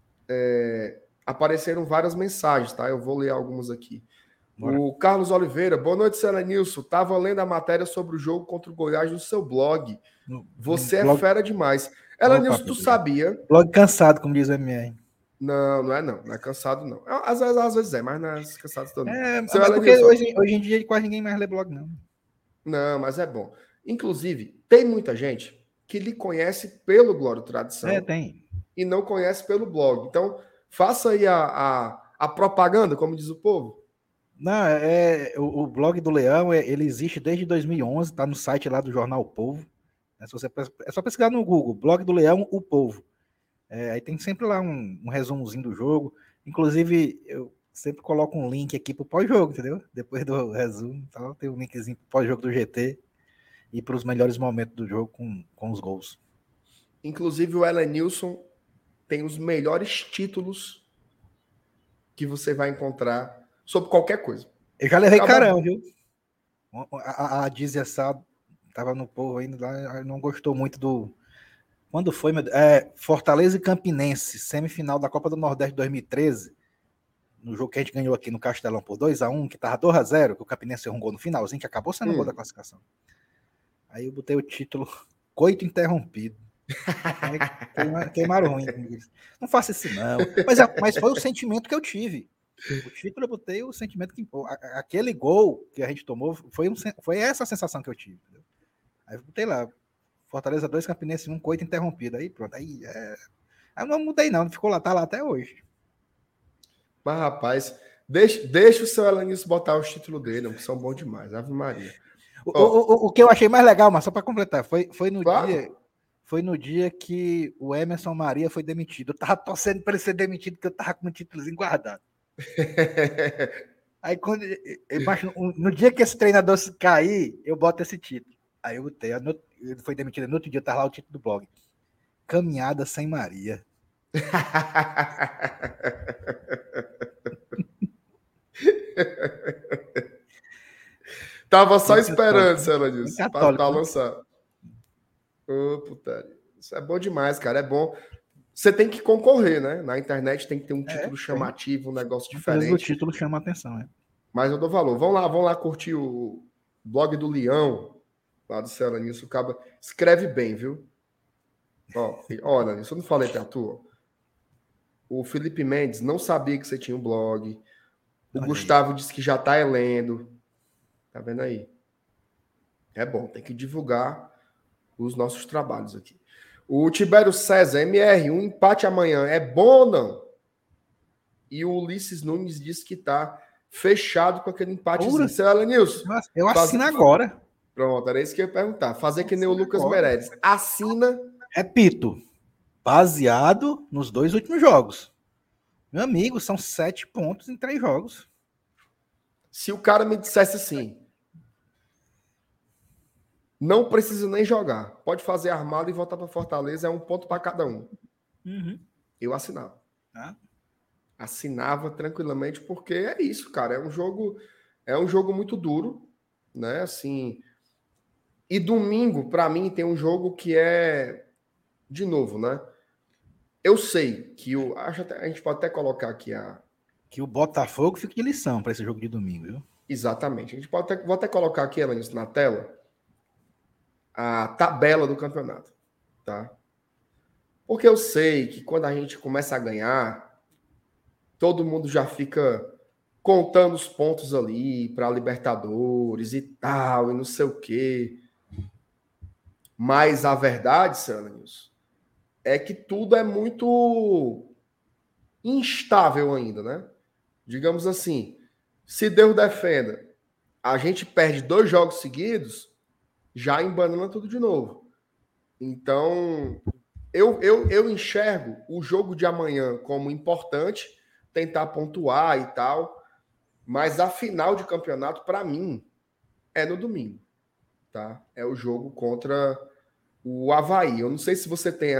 Speaker 2: apareceram várias mensagens, tá? Eu vou ler algumas aqui.
Speaker 1: Bora.
Speaker 2: O Carlos Oliveira, boa noite, Selenilson. Tava lendo a matéria sobre o jogo contra o Goiás no seu blog.
Speaker 1: No
Speaker 2: Você é
Speaker 1: blog.
Speaker 2: fera demais.
Speaker 1: Opa,
Speaker 2: Elenilson, tu
Speaker 1: obrigado.
Speaker 2: sabia?
Speaker 1: Blog cansado, como diz o MR.
Speaker 2: Não, não é não. Não é cansado, não. Às vezes é, mas não é cansado todo, não. Seu
Speaker 1: Mas porque
Speaker 2: Elenilson,
Speaker 1: hoje em dia quase ninguém mais lê blog, não.
Speaker 2: não, mas é bom. Inclusive, tem muita gente que lhe conhece pelo Glória e Tradição
Speaker 1: Tem.
Speaker 2: e não conhece pelo blog. Então, faça aí a propaganda, como diz o povo.
Speaker 1: Não, o blog do Leão, ele existe desde 2011, tá no site lá do Jornal O Povo. É só pesquisar no Google, blog do Leão, O Povo. Aí tem sempre lá um resumozinho do jogo. Inclusive, eu sempre coloco um link aqui pro pós-jogo, entendeu? Depois do resumo e tal, tem um linkzinho pro pós-jogo do GT e para os melhores momentos do jogo com os gols.
Speaker 2: Inclusive, o Elenilson tem os melhores títulos que você vai encontrar sobre qualquer coisa.
Speaker 1: Eu já levei
Speaker 2: Acaba...
Speaker 1: carão, viu? A Dizia Sá tava no Povo ainda lá, não gostou muito do. Quando foi, Fortaleza e Campinense, semifinal da Copa do Nordeste 2013, no jogo que a gente ganhou aqui no Castelão por 2-1, que tava 2-0, que o Campinense errou um gol no finalzinho, que acabou sendo um gol da classificação. Aí eu botei o título Coito Interrompido. Queimaram ruim. Não faça isso, não. Mas foi o sentimento que eu tive. O título eu botei o sentimento que aquele gol que a gente tomou foi essa sensação que eu tive. Entendeu? Aí eu botei lá, Fortaleza 2, Campinense 1, Coito Interrompido. Aí pronto. Aí eu não mudei, não. Ficou lá, tá lá até hoje.
Speaker 2: Mas, rapaz, deixa o seu Elenilson botar os títulos dele, que são bons demais. Ave Maria.
Speaker 1: O que eu achei mais legal, mas só para completar, foi no
Speaker 2: claro.
Speaker 1: dia. Foi no dia que o Emerson Maria foi demitido. Eu tava torcendo para ele ser demitido, porque eu tava com um títulozinho guardado. Aí quando no dia que esse treinador cair, eu boto esse título. Aí eu botei. Ele foi demitido no outro dia, tava lá o título do blog. Caminhada sem Maria.
Speaker 2: Tava só esperando, Cela disso, pra lançar. Ô, putaria. Isso é bom demais, cara. É bom. Você tem que concorrer, né? Na internet tem que ter um título chamativo, um negócio diferente.
Speaker 1: O título chama a atenção,
Speaker 2: Mas eu dou valor. Vão lá curtir o blog do Leão, lá do Cela Nisso. O cara escreve bem, viu? Olha, isso eu não falei pra tu. O Felipe Mendes não sabia que você tinha um blog. O Gustavo disse que já tá lendo. Tá vendo aí? É bom, tem que divulgar os nossos trabalhos aqui. O Tibério César, MR, um empate amanhã. É bom ou não? e o Ulisses Nunes disse que tá fechado com aquele empatezinho. Seu Elenilson,
Speaker 1: eu assino agora.
Speaker 2: Pronto, era isso que eu ia perguntar. Fazer que nem o Lucas Meirelles. Assina.
Speaker 1: Repito, baseado nos 2 últimos jogos. Meu amigo, são 7 pontos em 3 jogos.
Speaker 2: Se o cara me dissesse assim, não precisa nem jogar, pode fazer armado e voltar para Fortaleza, é 1 ponto para cada um.
Speaker 1: Uhum.
Speaker 2: Eu assinava. Assinava tranquilamente, porque é isso, cara. É um jogo muito duro, né? Assim. E domingo, para mim, tem um jogo que é de novo, né? Eu sei que a gente pode até colocar aqui
Speaker 1: que o Botafogo fica de lição para esse jogo de domingo, viu?
Speaker 2: Exatamente. A gente pode vou até colocar aqui, Alanis, na tela a tabela do campeonato, tá? Porque eu sei que quando a gente começa a ganhar, todo mundo já fica contando os pontos ali para Libertadores e tal, e não sei o quê. Mas a verdade, Alanis, é que tudo é muito instável ainda, né? Digamos assim, se Deus defenda, a gente perde 2 jogos seguidos, já embanana tudo de novo. Então, eu enxergo o jogo de amanhã como importante, tentar pontuar e tal, mas a final de campeonato, para mim, é no domingo, tá? É o jogo contra o Avaí. Eu não sei se você tem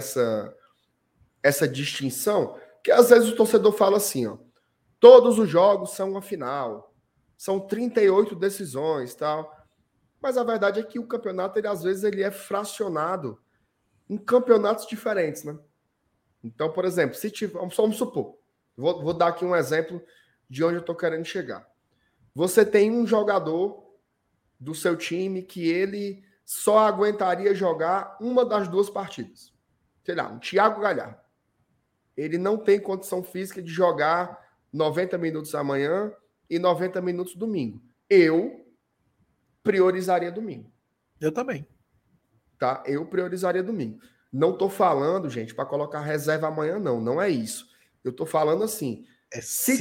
Speaker 2: essa distinção, que às vezes o torcedor fala assim, ó, todos os jogos são uma final, são 38 decisões, tal. Mas a verdade é que o campeonato, às vezes, ele é fracionado em campeonatos diferentes, né? Então, por exemplo, se tiver, vamos supor, vou dar aqui um exemplo de onde eu estou querendo chegar. Você tem um jogador do seu time que ele só aguentaria jogar uma das 2 partidas. Sei lá, um Thiago Galhardo. Ele não tem condição física de jogar 90 minutos amanhã e 90 minutos domingo. Eu priorizaria domingo.
Speaker 1: Eu também.
Speaker 2: Tá? Eu priorizaria domingo. Não estou falando, gente, para colocar reserva amanhã, não. Não é isso. Eu estou falando assim. Se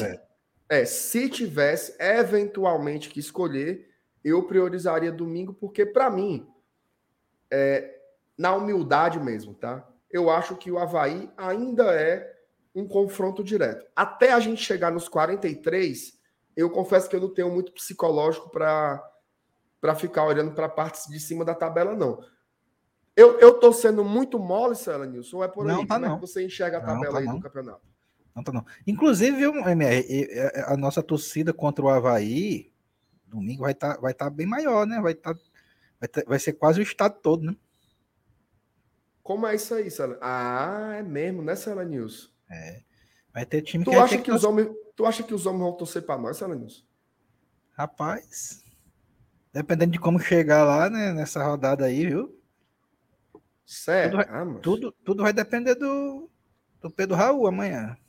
Speaker 2: tivesse eventualmente que escolher, eu priorizaria domingo, porque para mim, na humildade mesmo, tá? Eu acho que o Avaí ainda é um confronto direto. Até a gente chegar nos 43, eu confesso que eu não tenho muito psicológico para ficar olhando para partes de cima da tabela, não. Eu tô sendo muito mole, Celanilson, ou é por aí?
Speaker 1: Não, tá
Speaker 2: Como
Speaker 1: não.
Speaker 2: É que você enxerga a tabela
Speaker 1: tá
Speaker 2: aí
Speaker 1: não.
Speaker 2: do campeonato?
Speaker 1: Não, tá não. Inclusive, MR, a nossa torcida contra o Avaí, domingo vai tá bem maior, né? Vai ser quase o estado todo, né?
Speaker 2: Como é isso aí, Celanilson? Ah, é mesmo, né, Celanilson?
Speaker 1: Vai ter time
Speaker 2: Tu acha que os homens vão torcer para nós, Celanilson?
Speaker 1: Rapaz, dependendo de como chegar lá, né, nessa rodada aí, viu?
Speaker 2: Sério?
Speaker 1: Tudo vai depender do Pedro Raul amanhã.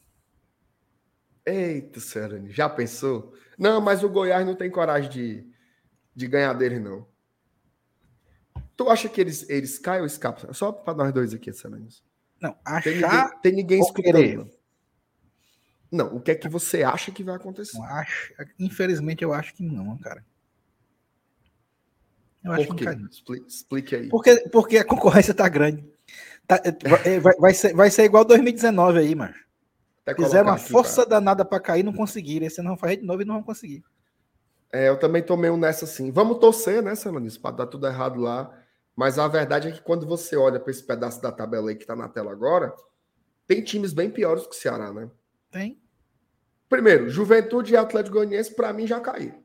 Speaker 2: Eita, Celanilson, já pensou? Não, mas o Goiás não tem coragem de ganhar deles, não. Tu acha que eles caem ou escapam? Só para nós dois aqui, Celanilson.
Speaker 1: Não, achar
Speaker 2: tem ninguém escutando.
Speaker 1: querer.
Speaker 2: Não, o que é que você acha que vai acontecer?
Speaker 1: Infelizmente, eu acho que não, cara. Eu
Speaker 2: acho Por quê? Explique aí.
Speaker 1: Porque a concorrência tá grande. Vai ser igual 2019 aí, mano. Fizeram uma força danada para cair, não conseguiram. Esse ano vão fazer de novo e não vão conseguir.
Speaker 2: Eu também tomei um nessa assim. Vamos torcer, né, Selanis, para dar tudo errado lá. Mas a verdade é que quando você olha para esse pedaço da tabela aí que está na tela agora, tem times bem piores que o Ceará, né?
Speaker 1: Tem.
Speaker 2: Primeiro, Juventude e Atlético Goianiense, para mim, já caíram.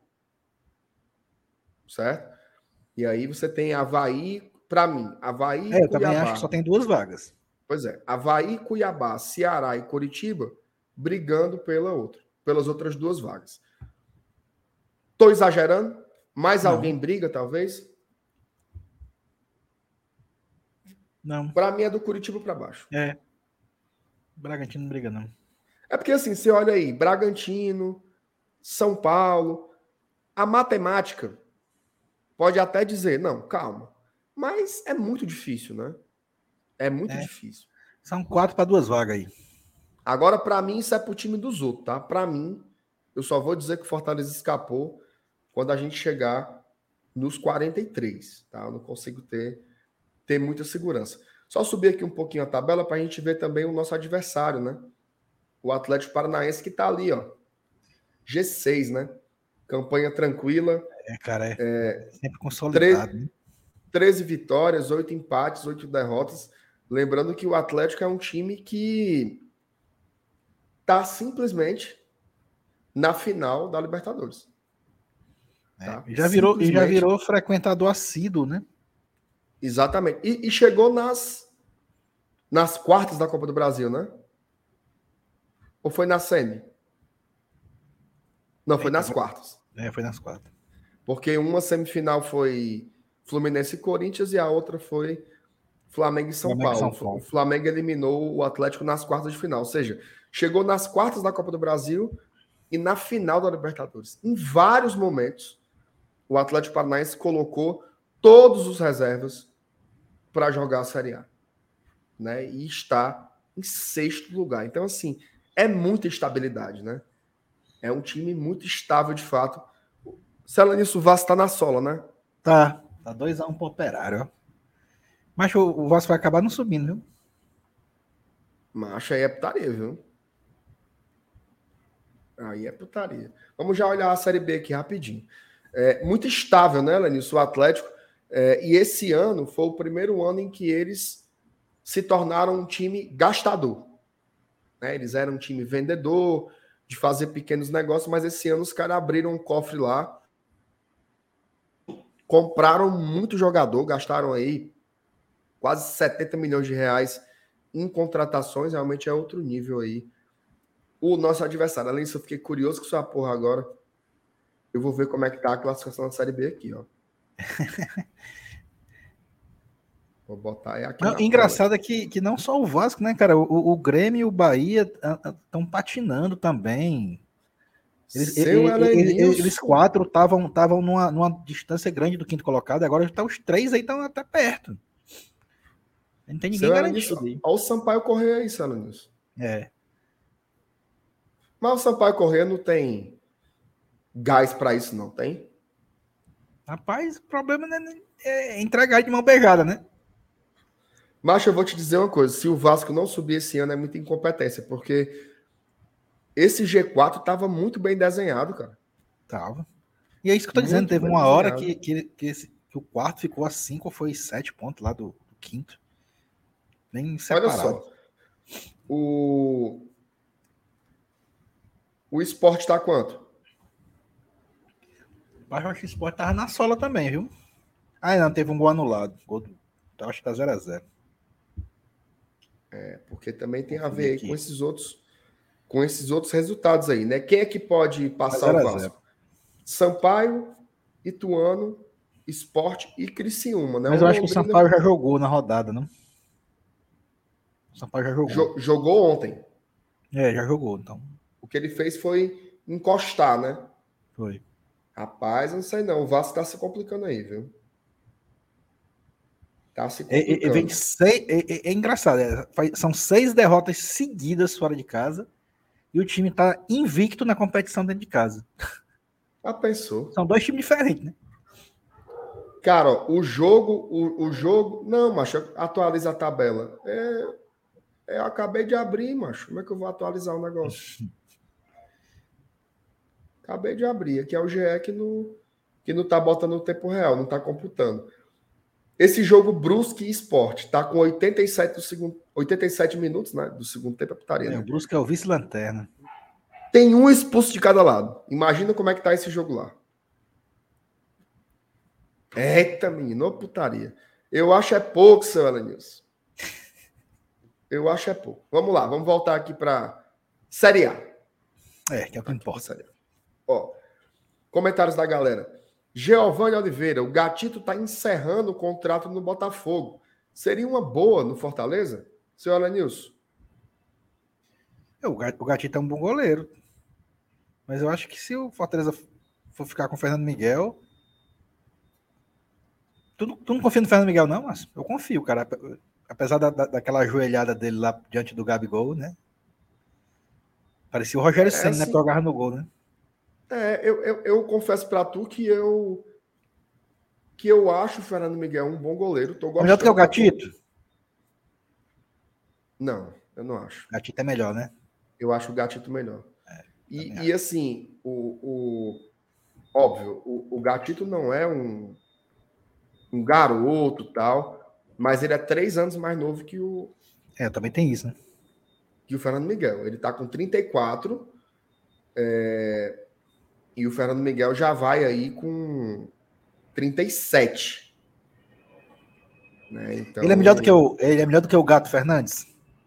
Speaker 2: Certo? E aí você tem Avaí, para mim, Avaí e Cuiabá.
Speaker 1: Eu também acho que só tem 2 vagas.
Speaker 2: Pois é, Avaí, Cuiabá, Ceará e Coritiba brigando pelas outras 2 vagas. Tô exagerando? Mais alguém briga, talvez?
Speaker 1: Não.
Speaker 2: Para mim é do Curitiba para baixo.
Speaker 1: Bragantino não briga, não.
Speaker 2: É porque assim, você olha aí, Bragantino, São Paulo, a matemática pode até dizer, não, calma. Mas é muito difícil, né? É muito difícil.
Speaker 1: São 4 para 2 vagas aí.
Speaker 2: Agora, para mim, isso é pro time dos outros, tá? Para mim, eu só vou dizer que o Fortaleza escapou quando a gente chegar nos 43, tá? Eu não consigo ter muita segurança. Só subir aqui um pouquinho a tabela para a gente ver também o nosso adversário, né? O Atlético Paranaense que tá ali, ó. G6, né? Campanha tranquila.
Speaker 1: Cara, sempre
Speaker 2: 13,
Speaker 1: consolidado, né?
Speaker 2: 13 vitórias, 8 empates, 8 derrotas. Lembrando que o Atlético é um time que tá simplesmente na final da Libertadores. Tá?
Speaker 1: Já
Speaker 2: Simplesmente.
Speaker 1: virou frequentador assíduo, né?
Speaker 2: Exatamente. E chegou nas quartas da Copa do Brasil, né? Ou foi na semi? Não, foi nas quartas.
Speaker 1: Foi nas quartas.
Speaker 2: Porque uma semifinal foi Fluminense e Corinthians e a outra foi Flamengo e São Paulo. O Flamengo eliminou o Atlético nas quartas de final. Ou seja, chegou nas quartas da Copa do Brasil e na final da Libertadores. Em vários momentos, o Atlético Paranaense colocou todos os reservas para jogar a Série A. Né? E está em sexto lugar. Então, assim, é muita estabilidade, né? É um time muito estável, de fato. Se ela nisso, o Vasco tá na sola, né?
Speaker 1: Tá 2-1 pro Operário, ó. Mas o Vasco vai acabar não subindo, viu?
Speaker 2: Macho, aí é putaria, viu? Aí é putaria. Vamos já olhar a Série B aqui rapidinho. Muito estável, né, Lenilson? O Atlético. E esse ano foi o primeiro ano em que eles se tornaram um time gastador. Né? Eles eram um time vendedor, de fazer pequenos negócios, mas esse ano os caras abriram um cofre lá, compraram muito jogador, gastaram aí quase 70 milhões de reais em contratações, realmente é outro nível aí. O nosso adversário, além disso, eu fiquei curioso com sua porra agora. Eu vou ver como é que tá a classificação da Série B aqui, ó. Vou botar aqui
Speaker 1: Não,
Speaker 2: na
Speaker 1: engraçado
Speaker 2: tela.
Speaker 1: é que não só o Vasco, né, cara? O Grêmio e o Bahia estão patinando também.
Speaker 2: Seu
Speaker 1: Eles
Speaker 2: Elenilson.
Speaker 1: quatro estavam numa distância grande do quinto colocado, agora tá, os três aí estão até perto. Não tem ninguém
Speaker 2: Seu Elenilson.
Speaker 1: garantido aí.
Speaker 2: Olha o Sampaio Corrêa aí, seu Elenilson.
Speaker 1: É.
Speaker 2: Mas o Sampaio Corrêa não tem gás para isso, não tem?
Speaker 1: Rapaz, o problema não é entregar de mão beijada, né?
Speaker 2: Mas eu vou te dizer uma coisa: se o Vasco não subir esse ano, é muita incompetência, porque esse G4 estava muito bem desenhado, cara.
Speaker 1: Tava. E é isso que eu tô dizendo.
Speaker 2: Muito
Speaker 1: Teve
Speaker 2: bem
Speaker 1: uma hora
Speaker 2: desenhado.
Speaker 1: que o quarto ficou a 5 ou foi 7 pontos lá do quinto. Nem
Speaker 2: Olha
Speaker 1: separado.
Speaker 2: só. O Sport está quanto?
Speaker 1: Mas eu acho que o Sport tava na sola também, viu? Ah, não, teve um gol anulado. Então acho que tá 0-0.
Speaker 2: Porque também tem a
Speaker 1: Conferir
Speaker 2: ver aí
Speaker 1: aqui.
Speaker 2: com esses outros resultados aí, né? Quem é que pode
Speaker 1: Tá
Speaker 2: passar o
Speaker 1: 0-0.
Speaker 2: Vasco? Sampaio, Ituano, Sport e Criciúma, né?
Speaker 1: Mas
Speaker 2: O
Speaker 1: eu acho que o
Speaker 2: Londrina
Speaker 1: Sampaio já jogou na rodada, não? O Sampaio já jogou.
Speaker 2: jogou ontem.
Speaker 1: Já jogou, então.
Speaker 2: O que ele fez foi encostar, né?
Speaker 1: Foi.
Speaker 2: Rapaz, não sei não. O Vasco tá se complicando aí, viu? Tá se
Speaker 1: Vem
Speaker 2: complicando.
Speaker 1: engraçado. São 6 derrotas seguidas fora de casa e o time tá invicto na competição dentro de casa.
Speaker 2: Ah, pensou.
Speaker 1: São 2 times diferentes, né?
Speaker 2: Cara, ó, o jogo. Não, macho, atualiza a tabela. Eu acabei de abrir, macho. Como é que eu vou atualizar o negócio? Acabei de abrir. Aqui é o GE que não tá botando o tempo real, não tá computando. Esse jogo Brusque e Sport tá com 87, 87 minutos, né? Do segundo tempo, é putaria,
Speaker 1: O
Speaker 2: né?
Speaker 1: Brusque é o vice-lanterna.
Speaker 2: Tem um expulso de cada lado. Imagina como é que tá esse jogo lá. Eita, menino, ô putaria. Eu acho é pouco, seu Elenilson. Eu acho é pouco. Vamos lá, vamos voltar aqui para Série A.
Speaker 1: Que é o que importa.
Speaker 2: Ó, comentários da galera. Giovanni Oliveira, o Gatito está encerrando o contrato no Botafogo. Seria uma boa no Fortaleza? Seu Elenilson?
Speaker 1: O Gatito é um bom goleiro. Mas eu acho que se o Fortaleza for ficar com o Fernando Miguel. Tu não confia no Fernando Miguel, não, mas eu confio, cara. Apesar daquela ajoelhada dele lá diante do Gabigol, né? Parecia o Rogério Ceni, né?
Speaker 2: Assim,
Speaker 1: Jogava no gol, né?
Speaker 2: eu confesso para tu que eu acho o Fernando Miguel um bom goleiro. Tô
Speaker 1: É melhor do que o
Speaker 2: gostando
Speaker 1: Gatito?
Speaker 2: Não, eu não acho.
Speaker 1: Gatito é melhor, né?
Speaker 2: Eu acho o Gatito melhor.
Speaker 1: Também
Speaker 2: E
Speaker 1: acho.
Speaker 2: assim, óbvio, o Gatito não é um garoto tal, mas ele é 3 anos mais novo
Speaker 1: Também tem isso, né?
Speaker 2: que o Fernando Miguel. Ele tá com 34 e o Fernando Miguel já vai aí com 37. Né? Então,
Speaker 1: Ele é melhor do que o Gato Fernandes?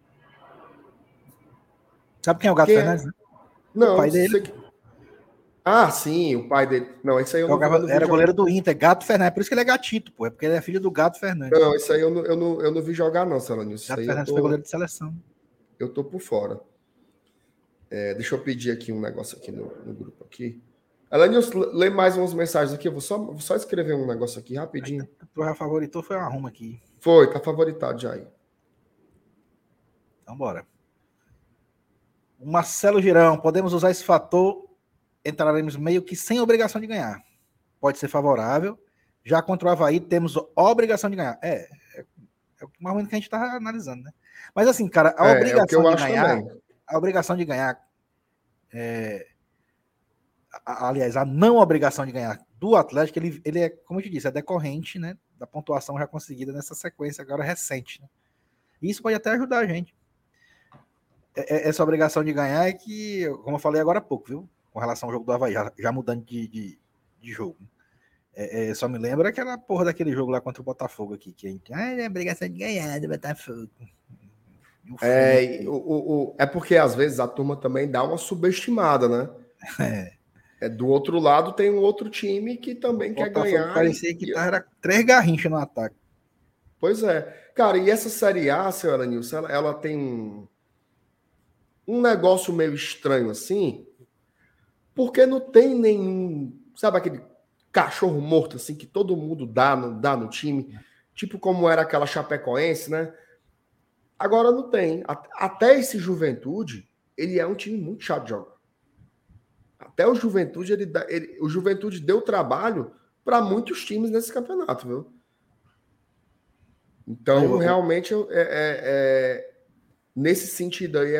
Speaker 1: Sabe quem é o Gato
Speaker 2: quem
Speaker 1: Fernandes,
Speaker 2: é?
Speaker 1: né? O
Speaker 2: Não,
Speaker 1: pai dele
Speaker 2: sei que... Ah, sim, o pai dele. Não, isso aí eu não vi
Speaker 1: era
Speaker 2: jogar.
Speaker 1: goleiro do Inter, Gato Fernandes. Por isso que ele é gatito, pô. É porque ele é filho do Gato Fernandes.
Speaker 2: Não, isso aí eu não vi jogar, não, Celanil. Isso
Speaker 1: Gato
Speaker 2: aí
Speaker 1: Fernandes foi goleiro de seleção.
Speaker 2: eu tô por fora. Deixa eu pedir aqui um negócio aqui no grupo aqui. Elenilson, lê mais umas mensagens aqui. Eu vou só escrever um negócio aqui rapidinho.
Speaker 1: Tu já favoritou, foi uma arruma aqui.
Speaker 2: Foi, tá favoritado já aí.
Speaker 1: Então, bora. O Marcelo Girão, podemos usar esse fator, entraremos meio que sem obrigação de ganhar. Pode ser favorável. Já contra o Avaí, temos obrigação de ganhar. É o mais ruim que a gente tá analisando, né? Mas assim, cara, a
Speaker 2: É o que
Speaker 1: obrigação
Speaker 2: eu
Speaker 1: de
Speaker 2: acho
Speaker 1: ganhar,
Speaker 2: também.
Speaker 1: a obrigação de ganhar, aliás, a não obrigação de ganhar do Atlético, ele é, como eu te disse, é decorrente, né, da pontuação já conseguida nessa sequência agora recente, né? E isso pode até ajudar a gente. Essa obrigação de ganhar é que, como eu falei agora há pouco, viu? Com relação ao jogo do Avaí, já mudando de jogo. Só me lembra aquela porra daquele jogo lá contra o Botafogo aqui, que a gente, é obrigação de ganhar do Botafogo.
Speaker 2: É porque às vezes a turma também dá uma subestimada, né? Do outro lado tem um outro time que também quer
Speaker 1: Botafogo
Speaker 2: ganhar.
Speaker 1: parecia que era 3 garrinchas no ataque.
Speaker 2: Pois é. Cara, e essa Série A, seu Elenilson, ela tem um negócio meio estranho assim, porque não tem nenhum, sabe aquele cachorro morto assim que todo mundo dá no time, tipo como era aquela Chapecoense, né? Agora não tem. Até esse Juventude, ele é um time muito chato de jogar. Até o Juventude, o Juventude deu trabalho para muitos times nesse campeonato, viu? Então, realmente, nesse sentido aí,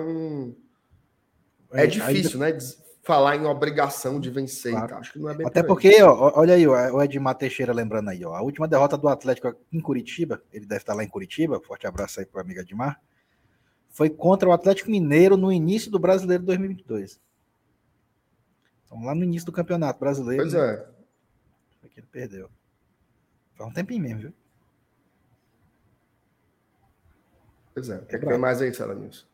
Speaker 2: é difícil, né? Falar em obrigação de vencer.
Speaker 1: Claro.
Speaker 2: Tá? Acho que não é bem
Speaker 1: Até
Speaker 2: por aí.
Speaker 1: porque, ó, olha aí, o Edmar Teixeira lembrando aí, ó, a última derrota do Atlético em Curitiba, ele deve estar lá em Curitiba, forte abraço aí para o amigo Edmar, foi contra o Atlético Mineiro no início do Brasileiro 2022. Então, lá no início do Campeonato Brasileiro,
Speaker 2: Pois
Speaker 1: né?
Speaker 2: é.
Speaker 1: Foi que ele perdeu. Faz um tempinho mesmo, viu?
Speaker 2: Pois é. O que tem mais aí, Celanilson?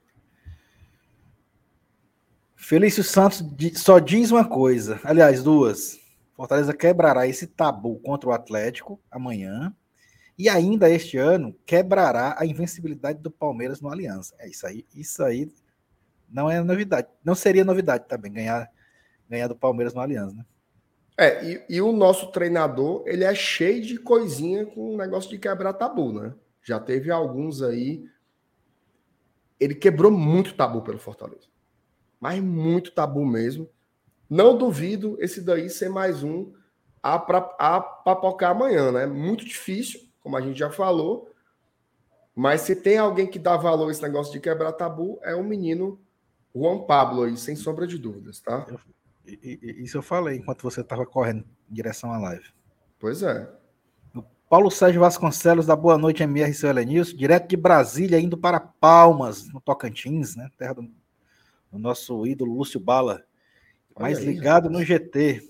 Speaker 1: Felício Santos só diz uma coisa, aliás, duas. Fortaleza quebrará esse tabu contra o Atlético amanhã e ainda este ano quebrará a invencibilidade do Palmeiras no Aliança. Isso aí não é novidade. Não seria novidade também ganhar do Palmeiras no Aliança, né?
Speaker 2: E o nosso treinador, ele é cheio de coisinha com o negócio de quebrar tabu, né? Já teve alguns aí. Ele quebrou muito tabu pelo Fortaleza. Mas muito tabu mesmo. Não duvido esse daí ser mais um a papocar amanhã, né? Muito difícil, como a gente já falou. Mas se tem alguém que dá valor a esse negócio de quebrar tabu, é o menino Juan Pablo aí, sem sombra de dúvidas, tá?
Speaker 1: Isso eu falei enquanto você estava correndo em direção à live.
Speaker 2: Pois é.
Speaker 1: O Paulo Sérgio Vasconcelos, da Boa Noite MR e seu Elenilson, direto de Brasília, indo para Palmas, no Tocantins, né? Terra do nosso ídolo Lúcio Bala. Mais
Speaker 2: aí,
Speaker 1: ligado
Speaker 2: rapaz.
Speaker 1: no GT.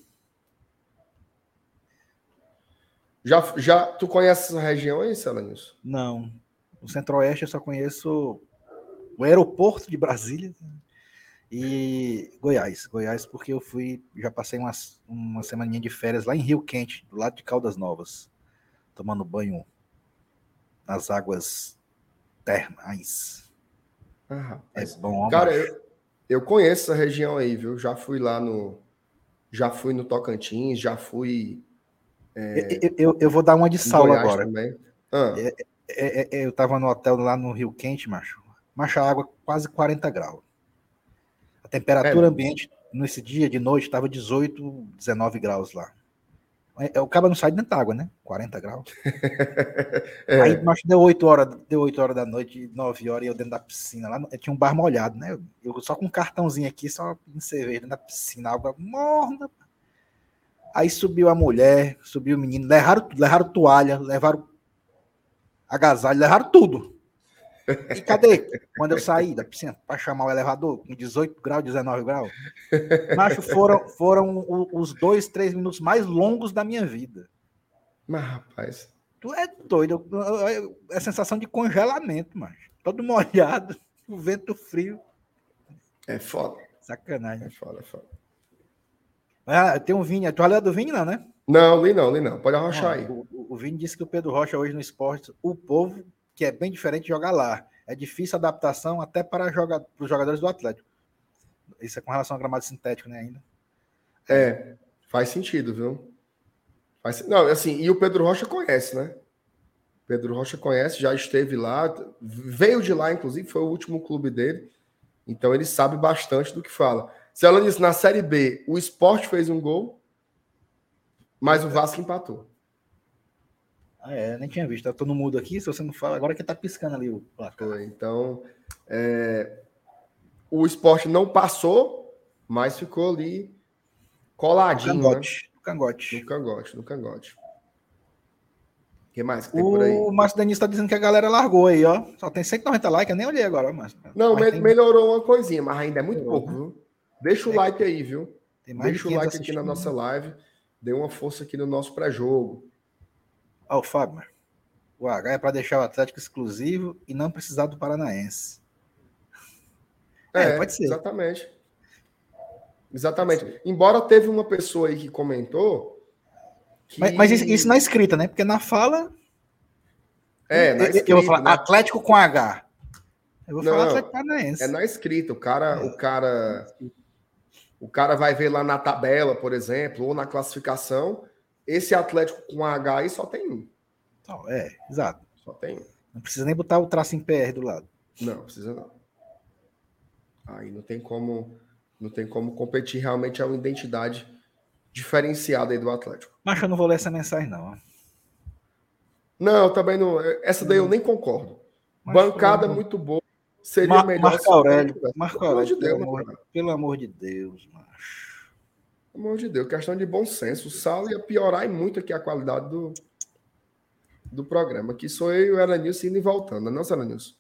Speaker 2: Já tu conhece essa região aí, Celanilson?
Speaker 1: Não. No Centro-Oeste eu só conheço o aeroporto de Brasília e Goiás. Goiás porque eu já passei uma semaninha de férias lá em Rio Quente, do lado de Caldas Novas, tomando banho nas águas termais. É bom,
Speaker 2: cara, eu conheço essa região aí, viu? Já fui no Tocantins, já fui.
Speaker 1: Eu vou dar uma de Saulo
Speaker 2: Goiás
Speaker 1: agora.
Speaker 2: também.
Speaker 1: Eu tava no hotel lá no Rio Quente, macho. A água quase 40 graus. temperatura ambiente nesse dia de noite estava 18, 19 graus lá. O cara não sai dentro da água, né? 40 graus. Aí, mas deu 8 horas da noite, 9 horas, e eu dentro da piscina. Lá tinha um bar molhado, né? Eu só com um cartãozinho aqui, só em cerveja dentro da piscina, água morna. Aí subiu a mulher, subiu o menino, levaram toalha, levaram agasalho, levaram tudo. E cadê? Quando eu saí da piscina para chamar o elevador, com 18 graus, 19 graus, macho, foram os 2, 3 minutos mais longos da minha vida.
Speaker 2: Mas, rapaz...
Speaker 1: Tu é doido. É sensação de congelamento, macho. Todo molhado, o vento frio.
Speaker 2: É foda.
Speaker 1: Sacanagem.
Speaker 2: É foda.
Speaker 1: Tem um Vini. Tu já leu do Vini, não, né?
Speaker 2: Não, li não. Pode arrochar aí.
Speaker 1: O Vini disse que o Pedro Rocha hoje no esporte, o povo, que é bem diferente de jogar lá. É difícil a adaptação até para os jogadores do Atlético. Isso é com relação ao gramado sintético, né, ainda?
Speaker 2: Faz sentido, viu? Não, assim, e o Pedro Rocha conhece, né? Pedro Rocha conhece, já esteve lá, veio de lá, inclusive, foi o último clube dele. Então ele sabe bastante do que fala. Se ela disse, na Série B, o Sport fez um gol, mas o Vasco empatou.
Speaker 1: Nem tinha visto. Eu tô no mudo aqui, se você não fala, agora que tá piscando ali o placar.
Speaker 2: Então, o Sport não passou, mas ficou ali coladinho,
Speaker 1: no cangote.
Speaker 2: No cangote. O que mais que tem por aí?
Speaker 1: O Márcio Denis tá dizendo que a galera largou aí, ó. Só tem 190 likes, eu nem olhei agora, Márcio.
Speaker 2: Não, melhorou uma coisinha, mas ainda é muito pouco, viu? Deixa o like aí, viu? Deixa o like aqui na nossa live. Dê uma força aqui no nosso pré-jogo.
Speaker 1: Ó, o Fábio. O H é para deixar o Atlético exclusivo e não precisar do Paranaense. Pode ser.
Speaker 2: Exatamente. Embora teve uma pessoa aí que comentou que...
Speaker 1: Mas isso na escrita, né? Porque na fala...
Speaker 2: na escrita,
Speaker 1: eu vou falar,
Speaker 2: né?
Speaker 1: Atlético com H. Eu vou falar Atlético Paranaense.
Speaker 2: É na escrita. O cara vai ver lá na tabela, por exemplo, ou na classificação, esse Atlético com H aí só tem um.
Speaker 1: Exato.
Speaker 2: Só tem um.
Speaker 1: Não precisa nem botar o traço em PR do lado.
Speaker 2: Não, precisa não. Aí não tem como competir, realmente é uma identidade diferenciada aí do Atlético.
Speaker 1: Mas eu não vou ler essa mensagem, não.
Speaker 2: Não, também não. Essa daí eu nem concordo. Bancada muito boa. Seria melhor...
Speaker 1: Marco Aurélio, pelo amor de Deus, macho.
Speaker 2: Pelo amor de Deus, questão de bom senso. O Sal ia piorar muito aqui a qualidade do programa. Aqui sou eu e o Elenilson indo e voltando, não é, Elenilson?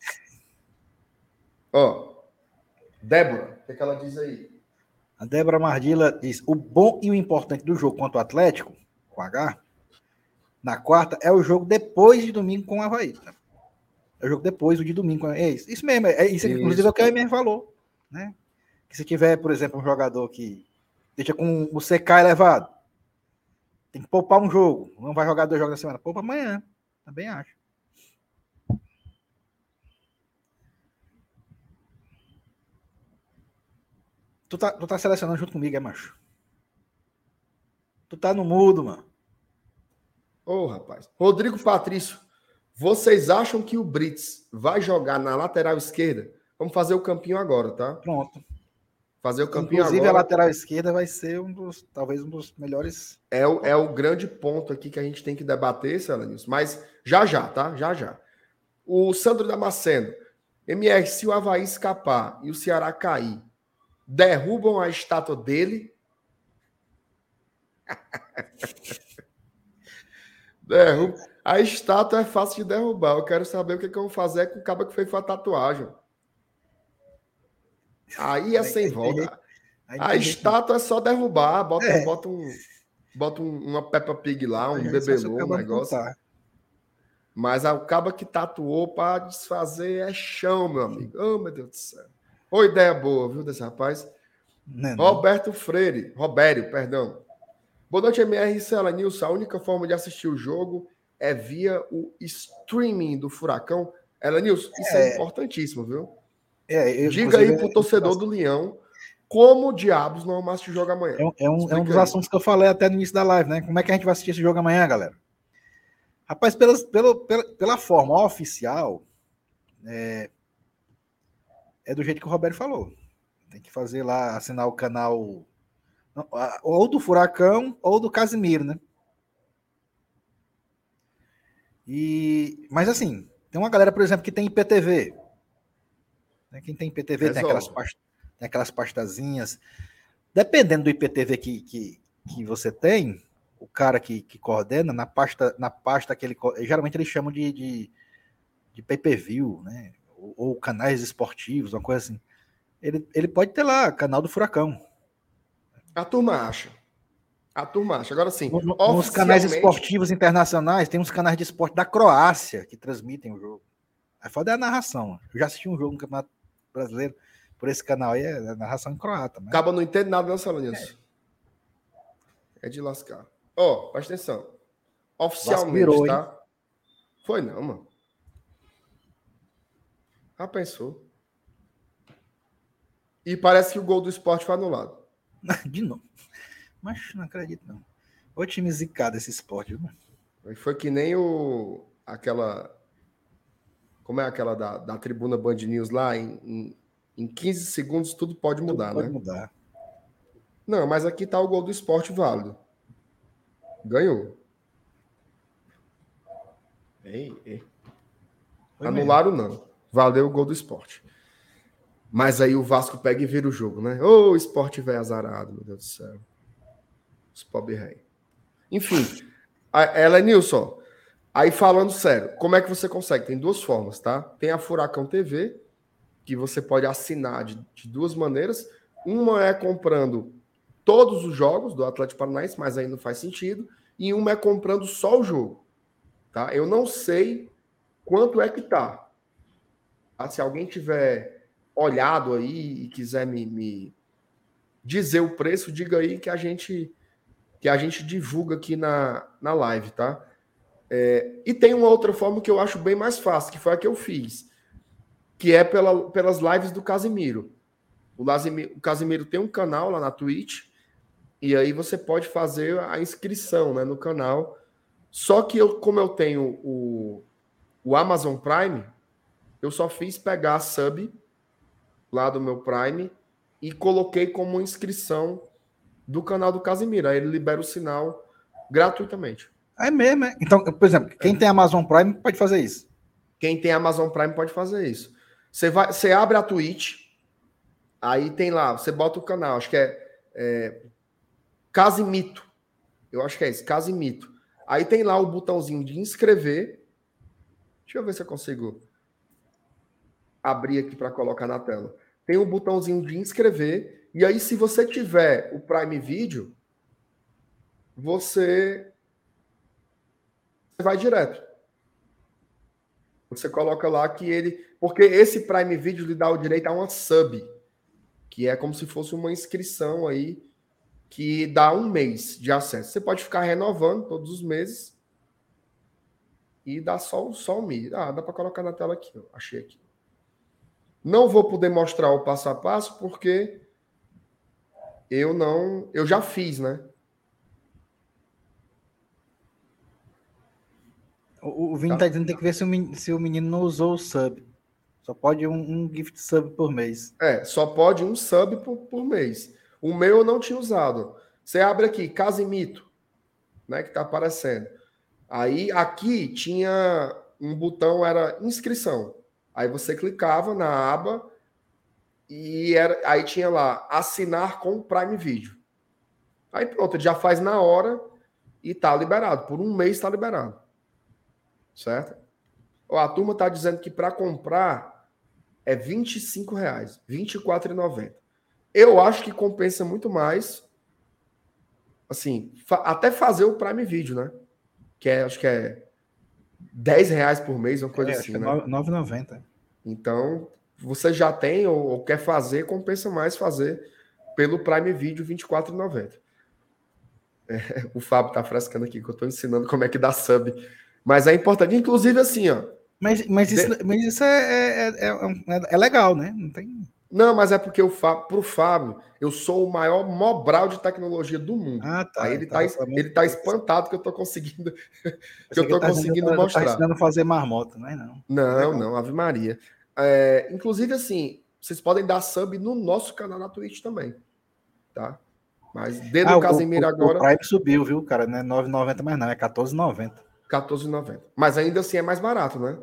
Speaker 2: Ó, Débora, o que ela diz aí?
Speaker 1: A Débora Mardila diz: o bom e o importante do jogo contra o Atlético, com H, na quarta, é o jogo depois de domingo com o Avaí. É o jogo depois, o de domingo. É isso mesmo. Isso. Inclusive, é o que a MR falou. Né? Que se tiver, por exemplo, um jogador que deixa com o CK elevado, tem que poupar um jogo. Não vai jogar 2 jogos na semana. Poupa amanhã. Também acho. Tu tá selecionando junto comigo, macho? Tu tá no mudo, mano.
Speaker 2: Rapaz. Rodrigo Patrício, vocês acham que o Brits vai jogar na lateral esquerda? Vamos fazer o campinho agora, tá?
Speaker 1: Pronto.
Speaker 2: Fazer o campinho
Speaker 1: Inclusive,
Speaker 2: agora.
Speaker 1: A lateral esquerda vai ser talvez um dos melhores.
Speaker 2: É o grande ponto aqui que a gente tem que debater, Celanilson. Mas já, tá? Já. O Sandro Damasceno. MR, se o Avaí escapar e o Ceará cair, derrubam a estátua dele? Derruba. A estátua é fácil de derrubar. Eu quero saber o que eu vou fazer com o cara que fez a tatuagem. Aí é sem volta. A estátua é só derrubar. Bota uma Peppa Pig lá, um bebelô, um negócio. Mas o cabo que tatuou para desfazer é chão, meu amigo. Oh, meu Deus do céu. Ô, ideia boa, viu, desse rapaz? Roberto Freire. Robério, perdão. Boa noite, MR e Cela Nilson. A única forma de assistir o jogo é via o streaming do Furacão. Elenilson, isso é importantíssimo, viu? Diga aí pro torcedor do Leão como diabos não vamos assistir o jogo amanhã.
Speaker 1: É um dos assuntos que eu falei até no início da live, né? Como é que a gente vai assistir esse jogo amanhã, galera? Rapaz, pela forma oficial, é do jeito que o Roberto falou. Tem que fazer lá, assinar o canal ou do Furacão ou do Casimiro, né? Mas assim, tem uma galera, por exemplo, que tem IPTV. Né? Quem tem IPTV tem aquelas pastazinhas. Dependendo do IPTV que você tem, o cara que coordena, na pasta que ele. Geralmente eles chamam de pay-per-view, né? Ou canais esportivos, uma coisa assim. Ele pode ter lá canal do Furacão.
Speaker 2: A turma acha. Agora sim,
Speaker 1: nos canais esportivos internacionais, tem uns canais de esporte da Croácia que transmitem o jogo. A foda é a narração. Eu já assisti um jogo no Campeonato Brasileiro por esse canal aí, é a narração em croata. Mas...
Speaker 2: Acaba não entende nada, não, Salanius. É de lascar. Presta atenção. Oficialmente,
Speaker 1: virou,
Speaker 2: tá?
Speaker 1: Hein?
Speaker 2: Foi não, mano. Já pensou? E parece que o gol do Sport foi anulado.
Speaker 1: De novo. Mas não acredito, não. O time zicado esse esporte, viu?
Speaker 2: Foi que nem aquela... Como é aquela da tribuna Band News lá? Em 15 segundos tudo pode mudar,
Speaker 1: tudo pode
Speaker 2: né?
Speaker 1: Mudar.
Speaker 2: Não, mas aqui tá o gol do Sport válido. Ganhou. Ei. Anularam não. Valeu o gol do Sport. Mas aí o Vasco pega e vira o jogo, né? O Sport velho azarado, meu Deus do céu. Os pobres rei. Enfim, Nilson, aí falando sério, como é que você consegue? Tem duas formas, tá? Tem a Furacão TV, que você pode assinar de duas maneiras. Uma é comprando todos os jogos do Atlético Paranaense, mas aí não faz sentido. E uma é comprando só o jogo, tá? Eu não sei quanto é que tá. Se alguém tiver olhado aí e quiser me dizer o preço, diga aí que a gente divulga aqui na live, tá? E tem uma outra forma que eu acho bem mais fácil, que foi a que eu fiz, que é pelas lives do Casimiro. O Casimiro tem um canal lá na Twitch, e aí você pode fazer a inscrição, né, no canal. Só que como eu tenho o Amazon Prime, eu só fiz pegar a sub lá do meu Prime e coloquei como inscrição do canal do Casimiro. Aí ele libera o sinal gratuitamente.
Speaker 1: É mesmo, é? Então, por exemplo, quem tem Amazon Prime pode fazer isso.
Speaker 2: Quem tem Amazon Prime pode fazer isso. Você abre a Twitch, aí tem lá, você bota o canal, acho que é Casimito. Eu acho que é isso, Casimito. Aí tem lá o botãozinho de inscrever. Deixa eu ver se eu consigo abrir aqui para colocar na tela. Tem um botãozinho de inscrever. E aí, se você tiver o Prime Video, você vai direto. Você coloca lá que ele... Porque esse Prime Video lhe dá o direito a uma sub, que é como se fosse uma inscrição aí, que dá 1 mês de acesso. Você pode ficar renovando todos os meses e dá só um mês. Dá para colocar na tela aqui. Achei aqui. Não vou poder mostrar o passo a passo porque eu já fiz, né?
Speaker 1: O Vini tá dizendo que tem que ver se o menino não usou o sub. Só pode um gift sub por mês.
Speaker 2: Só pode um sub por mês. O meu eu não tinha usado. Você abre aqui, Casimito, né, que tá aparecendo. Aí aqui tinha um botão, era inscrição. Aí você clicava na aba e aí tinha lá, assinar com Prime Video. Aí pronto, ele já faz na hora e tá liberado. Por 1 mês tá liberado. Certo? A turma tá dizendo que para comprar é R$25, R$24,90. Eu acho que compensa muito mais, assim, até fazer o Prime Video, né? Acho que é R$10 por mês, uma coisa assim, né?
Speaker 1: R$9,90.
Speaker 2: Então, você já tem ou quer fazer, compensa mais fazer pelo Prime Video R$24,90. O Fábio tá frescando aqui, que eu tô ensinando como é que dá sub. Mas é importante, inclusive assim, ó.
Speaker 1: Mas isso é legal, né? Não tem...
Speaker 2: Não, mas é porque pro Fábio, eu sou o maior mobral de tecnologia do mundo.
Speaker 1: Ah, tá.
Speaker 2: Aí ele tá espantado que eu tô conseguindo mostrar.
Speaker 1: Tá ensinando a fazer marmota, não é não?
Speaker 2: Não, Ave Maria. Inclusive, assim, vocês podem dar sub no nosso canal na Twitch também, tá? Mas dentro do Casemiro agora...
Speaker 1: O Prime subiu, viu, cara? Não é 9,90 mais não, é 14,90.
Speaker 2: 14,90. Mas ainda assim é mais barato, né?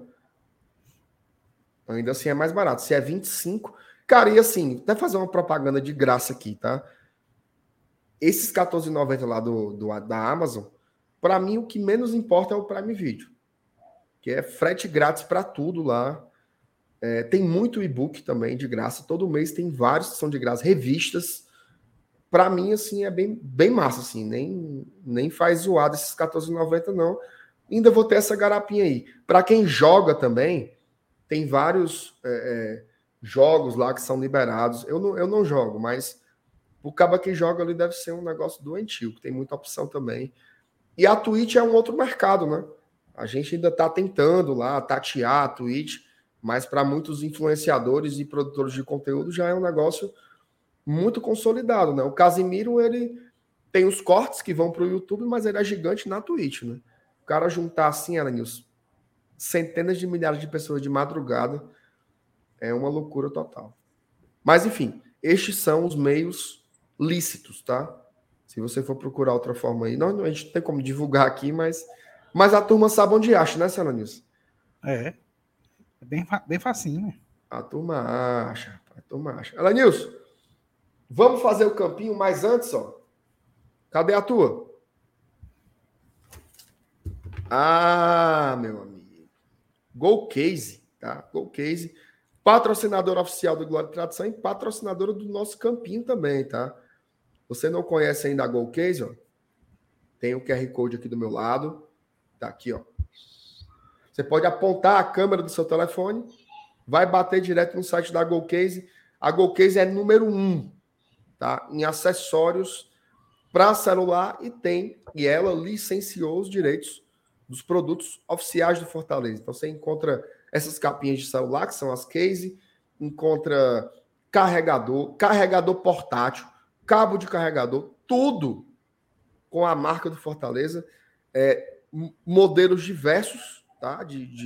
Speaker 2: Ainda assim é mais barato. Se é 25... Cara, e assim, até fazer uma propaganda de graça aqui, tá? Esses 14,90 lá da Amazon, para mim o que menos importa é o Prime Video, que é frete grátis para tudo lá. Tem muito e-book também de graça. Todo mês tem vários que são de graça. Revistas. Para mim, assim, é bem, bem massa, assim. Nem faz zoado esses 14,90, não. Ainda vou ter essa garapinha aí. Para quem joga também, tem vários jogos lá que são liberados. Eu não jogo, mas o cabo que joga ali deve ser um negócio doentio, que tem muita opção também. E a Twitch é um outro mercado, né? A gente ainda está tentando lá tatear a Twitch, mas para muitos influenciadores e produtores de conteúdo já é um negócio muito consolidado, né? O Casimiro, ele tem os cortes que vão para o YouTube, mas ele é gigante na Twitch, né? O cara juntar assim, Alanils, centenas de milhares de pessoas de madrugada é uma loucura total. Mas, enfim, estes são os meios lícitos, tá? Se você for procurar outra forma aí, a gente não tem como divulgar aqui, mas a turma sabe onde acha, né, Alanils?
Speaker 1: É bem facinho, né?
Speaker 2: A turma acha. Alanils, vamos fazer o campinho, mas antes, ó. Cadê a tua? Ah, meu amigo. Golcase, tá? Golcase, patrocinadora oficial do Glória e Tradição e patrocinadora do nosso campinho também, tá? Você não conhece ainda a Golcase, ó? Tem o QR Code aqui do meu lado. Tá aqui, ó. Você pode apontar a câmera do seu telefone, vai bater direto no site da Golcase. A Golcase é número 1, tá? Em acessórios para celular e ela licenciou os direitos dos produtos oficiais do Fortaleza. Então você encontra essas capinhas de celular, que são as case, encontra carregador portátil, cabo de carregador, tudo com a marca do Fortaleza, modelos diversos, tá?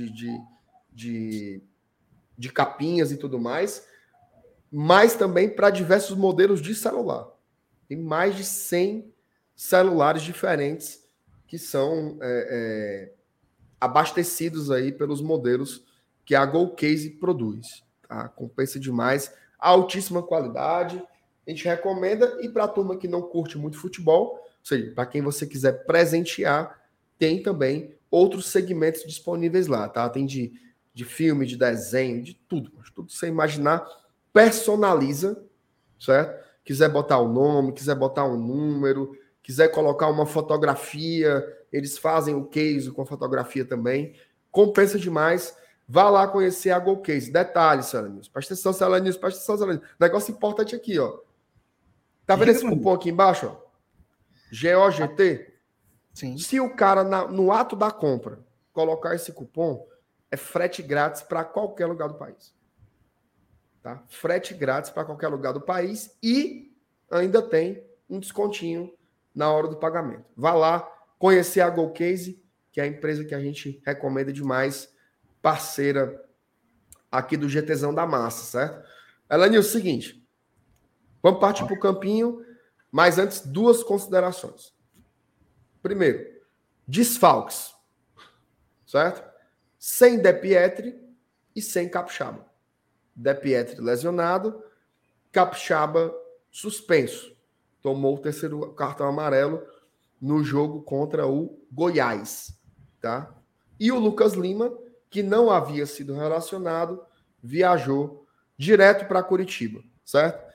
Speaker 2: De capinhas e tudo mais, mas também para diversos modelos de celular. Tem mais de 100 celulares diferentes que são abastecidos aí pelos modelos que a Golcase produz. Tá? Compensa demais. Altíssima qualidade. A gente recomenda. E para a turma que não curte muito futebol, ou seja, para quem você quiser presentear, tem também outros segmentos disponíveis lá. Tá? Tem de filme, de desenho, de tudo. Tudo que você imaginar, personaliza, certo? Quiser botar o nome, quiser botar um número, quiser colocar uma fotografia, eles fazem o case com a fotografia também. Compensa demais. Vá lá conhecer a Golcase. Detalhes, Salanis. Presta atenção, Salanis. Presta atenção, Salanis. Negócio importante aqui, ó. Tá vendo esse cupom aqui embaixo, ó? GOGT?
Speaker 1: Sim.
Speaker 2: Se o cara, no ato da compra, colocar esse cupom, é frete grátis para qualquer lugar do país. Tá? Frete grátis para qualquer lugar do país e ainda tem um descontinho na hora do pagamento. Vá lá conhecer a Golcase, que é a empresa que a gente recomenda demais, parceira aqui do GTzão da Massa, certo? Elanil, é o seguinte, vamos partir para o campinho, mas antes, duas considerações. Primeiro, desfalques, certo? Sem De Pietri e sem Capixaba. De Pietri lesionado, Capixaba suspenso. Tomou o terceiro cartão amarelo no jogo contra o Goiás, tá? E o Lucas Lima, que não havia sido relacionado, viajou direto para Curitiba, certo?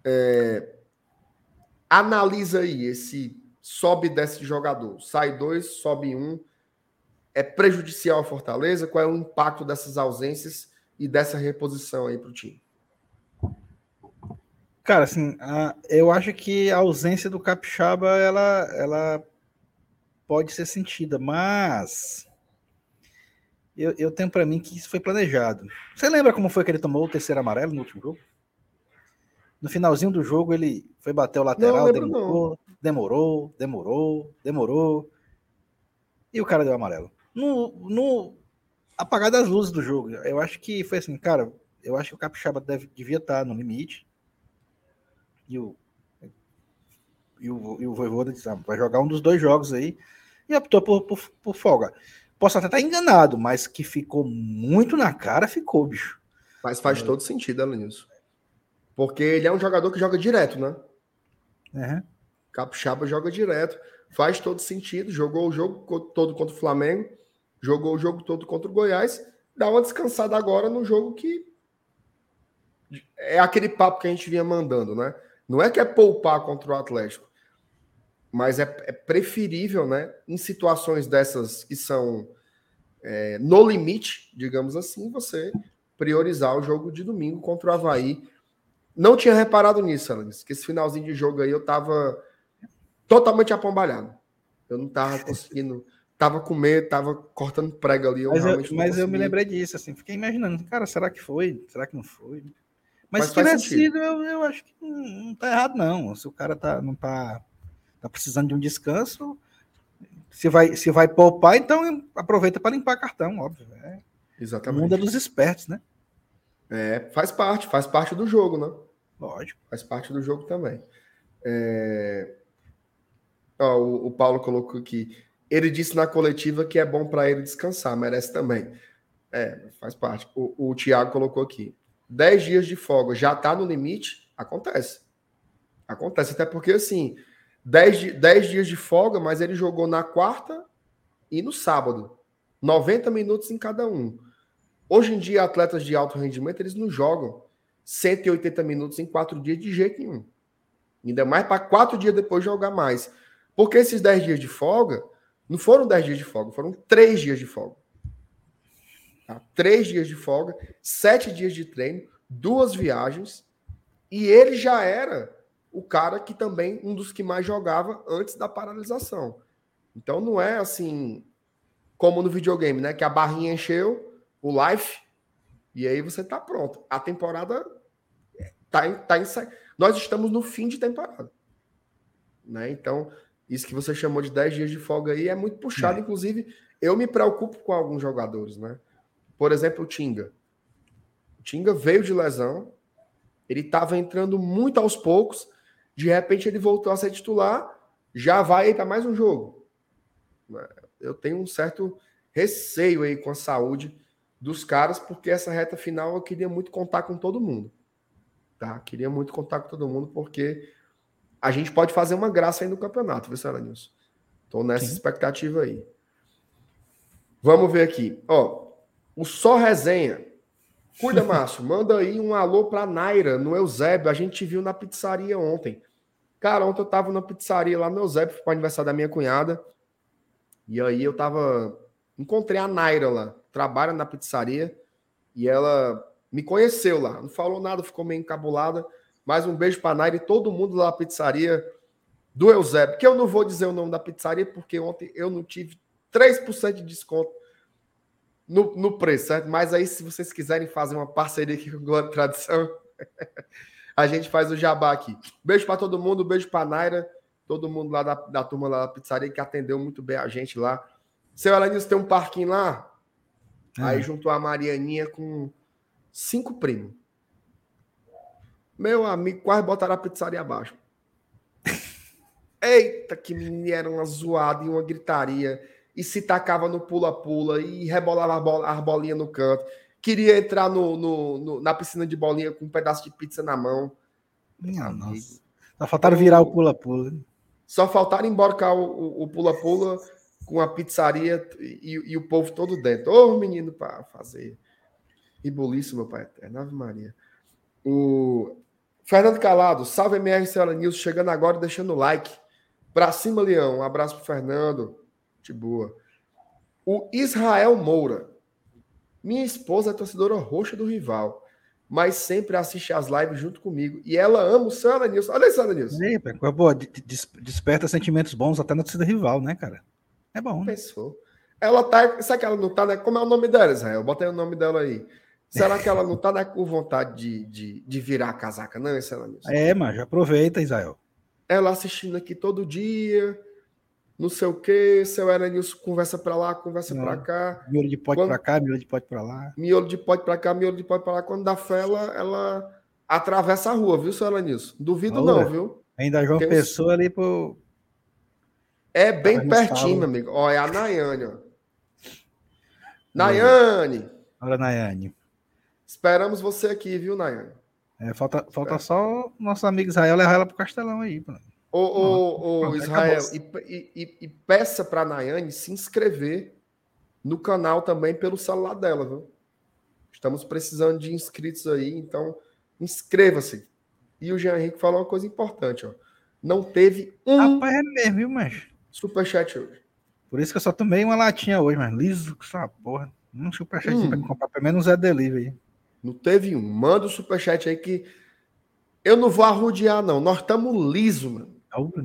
Speaker 2: Analisa aí esse sobe e desce de jogador. Sai 2, sobe 1. É prejudicial à Fortaleza? Qual é o impacto dessas ausências e dessa reposição aí para o time?
Speaker 1: Cara, assim, eu acho que a ausência do Capixaba, ela pode ser sentida, mas eu tenho para mim que isso foi planejado. Você lembra como foi que ele tomou o terceiro amarelo no último jogo? No finalzinho do jogo, ele foi bater o lateral, demorou, e o cara deu amarelo. No apagar das luzes do jogo, eu acho que foi assim, cara, eu acho que o Capixaba devia estar no limite. E o Vojvoda disse, vai jogar um dos 2 jogos aí. E optou por folga. Posso até estar enganado, mas que ficou muito na cara, ficou, bicho.
Speaker 2: Mas faz todo sentido, Elenilson. Porque ele é um jogador que joga direto, né?
Speaker 1: Uhum.
Speaker 2: Capixaba joga direto. Faz todo sentido. Jogou o jogo todo contra o Flamengo. Jogou o jogo todo contra o Goiás. Dá uma descansada agora no jogo que é aquele papo que a gente vinha mandando, né? Não é que é poupar contra o Atlético, mas é preferível, né? Em situações dessas que são no limite, digamos assim, você priorizar o jogo de domingo contra o Avaí. Não tinha reparado nisso, Alanis, que esse finalzinho de jogo aí eu tava totalmente apombalhado. Eu não tava conseguindo, tava com medo, tava cortando prego ali,
Speaker 1: Mas eu me lembrei disso, assim, fiquei imaginando, cara, será que foi? Será que não foi? Mas se
Speaker 2: faz
Speaker 1: tivesse
Speaker 2: sentido.
Speaker 1: sido, eu acho que não tá errado, não. Se o cara não tá precisando de um descanso, se vai poupar, então aproveita para limpar cartão, óbvio.
Speaker 2: Exatamente.
Speaker 1: O mundo é dos espertos, né?
Speaker 2: Faz parte do jogo, né?
Speaker 1: Lógico.
Speaker 2: Faz parte do jogo também. O Paulo colocou aqui. Ele disse na coletiva que é bom para ele descansar, merece também. Faz parte. O Thiago colocou aqui. 10 dias de folga já está no limite? Acontece. Acontece, até porque, assim, 10 dias de folga, mas ele jogou na quarta e no sábado. 90 minutos em cada um. Hoje em dia, atletas de alto rendimento, eles não jogam 180 minutos em 4 dias de jeito nenhum. Ainda mais para 4 dias depois jogar mais. Porque esses 10 dias de folga, não foram 10 dias de folga, foram 3 dias de folga. Tá? 3 dias de folga, 7 dias de treino, 2 viagens, e ele já era o cara que também, um dos que mais jogava antes da paralisação. Então não é assim, como no videogame, né? Que a barrinha encheu, o life, e aí você tá pronto. A temporada nós estamos no fim de temporada. Né? Então, isso que você chamou de 10 dias de folga aí é muito puxado. Inclusive, eu me preocupo com alguns jogadores, né? Por exemplo, o Tinga. O Tinga veio de lesão, ele estava entrando muito aos poucos, de repente ele voltou a ser titular, já vai aí para mais um jogo. Eu tenho um certo receio aí com a saúde dos caras, porque essa reta final eu queria muito contar com todo mundo. Tá? Queria muito contar com todo mundo, porque a gente pode fazer uma graça aí no campeonato, viu, Saranilson? Estou nessa expectativa aí. Vamos ver aqui. O Só Resenha. Cuida, Márcio. Manda aí um alô para Naira, no Eusébio. A gente viu na pizzaria ontem. Cara, ontem eu tava na pizzaria lá no Eusébio, para o aniversário da minha cunhada. E aí eu tava... Encontrei a Naira lá. Trabalha na pizzaria. E ela me conheceu lá. Não falou nada, ficou meio encabulada. Mais um beijo para Naira e todo mundo lá na pizzaria do Eusébio. Que eu não vou dizer o nome da pizzaria, porque ontem eu não tive 3% de desconto no preço, certo? Mas aí, se vocês quiserem fazer uma parceria aqui com o Glória e Tradição, a gente faz o jabá aqui. Beijo para todo mundo, beijo para Naira, todo mundo lá da turma lá da pizzaria que atendeu muito bem a gente lá. Seu Alanis tem um parquinho lá, aí juntou a Marianinha com 5 primos. Meu amigo, quase botaram a pizzaria abaixo. Eita, que menino, era uma zoada e uma gritaria. E se tacava no pula-pula e rebolava as bolinhas no canto. Queria entrar na piscina de bolinha com um pedaço de pizza na mão.
Speaker 1: Minha nossa. Só faltaram virar o pula-pula.
Speaker 2: Só faltaram emborcar o pula-pula com a pizzaria e o povo todo dentro. Ô, menino, para fazer. Ribuliço, meu pai eterno. Ave Maria. O Fernando Calado, salve MR Cela News, chegando agora e deixando o like. Pra cima, Leão. Um abraço pro Fernando. De boa. O Israel Moura. Minha esposa é torcedora roxa do rival, mas sempre assiste as lives junto comigo. E ela ama o Cela News. Olha isso, Cela News.
Speaker 1: Pô, desperta sentimentos bons até na torcida rival, né, cara? É bom.
Speaker 2: Pensou. Ela tá. Será que ela não tá, né? Como é o nome dela, Israel? Bota aí o nome dela aí. Será que ela não tá, né, com vontade de virar a casaca, não, Cela News?
Speaker 1: Mas já aproveita, Israel.
Speaker 2: Ela assistindo aqui todo dia. não sei o quê, seu Elenilson conversa para lá, conversa para cá.
Speaker 1: Miolo de pote para cá, miolo de pote para lá.
Speaker 2: Miolo de pote para cá, miolo de pote para lá. Quando dá fé, ela atravessa a rua, viu, seu Elenilson? Duvido não, viu?
Speaker 1: Ainda João Pessoa ali pro...
Speaker 2: É bem pertinho, meu amigo. Ó, é a Nayane, ó. Nayane!
Speaker 1: Olha, Nayane.
Speaker 2: Esperamos você aqui, viu, Nayane?
Speaker 1: Falta só o nosso amigo Israel levar ela pro Castelão aí.
Speaker 2: Ô, Israel, e peça pra Nayane se inscrever no canal também pelo celular dela, viu? Estamos precisando de inscritos aí, então inscreva-se. E o Jean Henrique falou uma coisa importante, ó. Não teve
Speaker 1: Rapaz, é mesmo, viu, mas
Speaker 2: superchat hoje.
Speaker 1: Por isso que eu só tomei uma latinha hoje, mas liso com essa porra. Um superchat pra me comprar pelo menos Zé Delivery.
Speaker 2: Não teve um. Manda o superchat aí que eu não vou arrodear, não. Nós estamos liso, mano.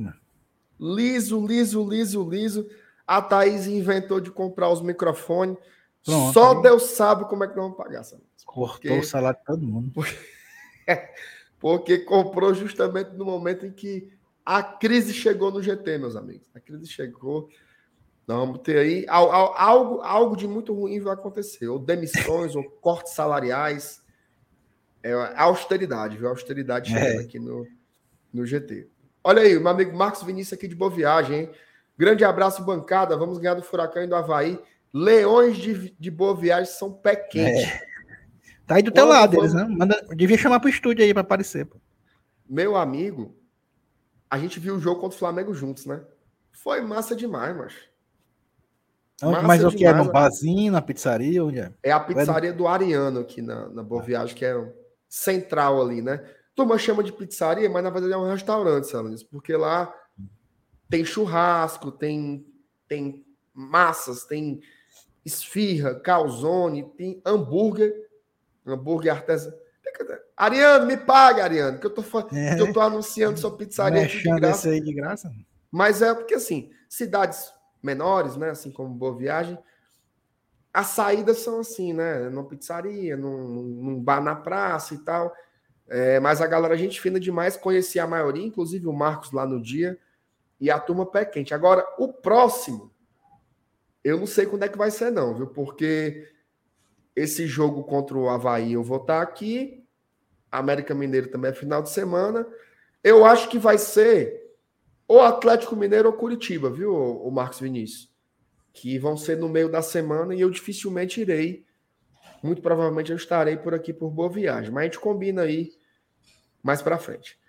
Speaker 2: Liso. A Thaís inventou de comprar os microfones. Pronto, só aí. Deus sabe como é que nós vamos pagar, sabe?
Speaker 1: Cortou o salário de todo mundo.
Speaker 2: Porque comprou justamente no momento em que a crise chegou no GT, meus amigos. A crise chegou. Nós vamos ter aí algo de muito ruim vai acontecer. Ou demissões, ou cortes salariais. É a austeridade, viu? A austeridade chegando aqui no GT. Olha aí, o meu amigo Marcos Vinícius aqui de Boa Viagem, hein? Grande abraço, bancada. Vamos ganhar do Furacão e do Havaí. Leões de Boa Viagem são pé quente.
Speaker 1: Tá aí do teu lado, eles, né? Devia chamar pro estúdio aí pra aparecer. Pô.
Speaker 2: Meu amigo, a gente viu o jogo contra o Flamengo juntos, né? Foi massa demais, macho.
Speaker 1: Mas o que é? No barzinho, na pizzaria? Onde é?
Speaker 2: É a pizzaria do Ariano aqui na Boa Viagem, que é central ali, né? Turma chama de pizzaria, mas na verdade é um restaurante, Salanis, porque lá tem churrasco, tem massas, tem esfirra, calzone, tem hambúrguer artesanal. Ariano, me paga, Ariano, que eu tô anunciando sua pizzaria aqui de graça.
Speaker 1: Aí de graça.
Speaker 2: Mas é porque, assim, cidades menores, né, assim como Boa Viagem, as saídas são assim, né, numa pizzaria, num bar na praça e tal. Mas a galera, gente fina demais, conheci a maioria, inclusive o Marcos lá no dia, e a turma pé quente. Agora, o próximo, eu não sei quando é que vai ser não, viu? Porque esse jogo contra o Havaí eu vou estar aqui, América Mineiro também é final de semana, eu acho que vai ser ou Atlético Mineiro ou Curitiba, viu, o Marcos Vinícius? Que vão ser no meio da semana e eu dificilmente irei. Muito provavelmente eu estarei por aqui por Boa Viagem. Mas a gente combina aí mais para frente.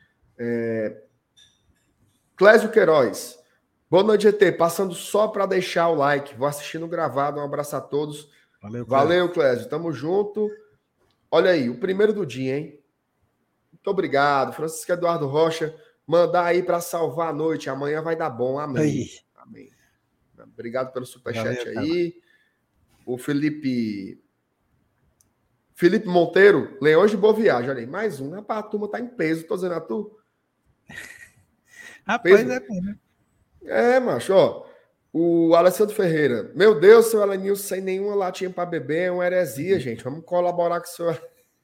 Speaker 2: Clésio Queiroz. Boa noite, GT. Passando só para deixar o like. Vou assistindo gravado. Um abraço a todos. Valeu, Clésio. Tamo junto. Olha aí, o primeiro do dia, hein? Muito obrigado. Francisco Eduardo Rocha. Mandar aí para salvar a noite. Amanhã vai dar bom. Amém. Amém. Obrigado pelo superchat aí. O Felipe Monteiro, Leões de Boa Viagem. Olha aí, mais um. Rapaz, a turma tá em peso. Tô dizendo a tu.
Speaker 1: Rapaz,
Speaker 2: macho, ó. O Alessandro Ferreira. Meu Deus, seu Elenilson, sem nenhuma latinha para beber, é uma heresia, gente. Vamos colaborar com o senhor.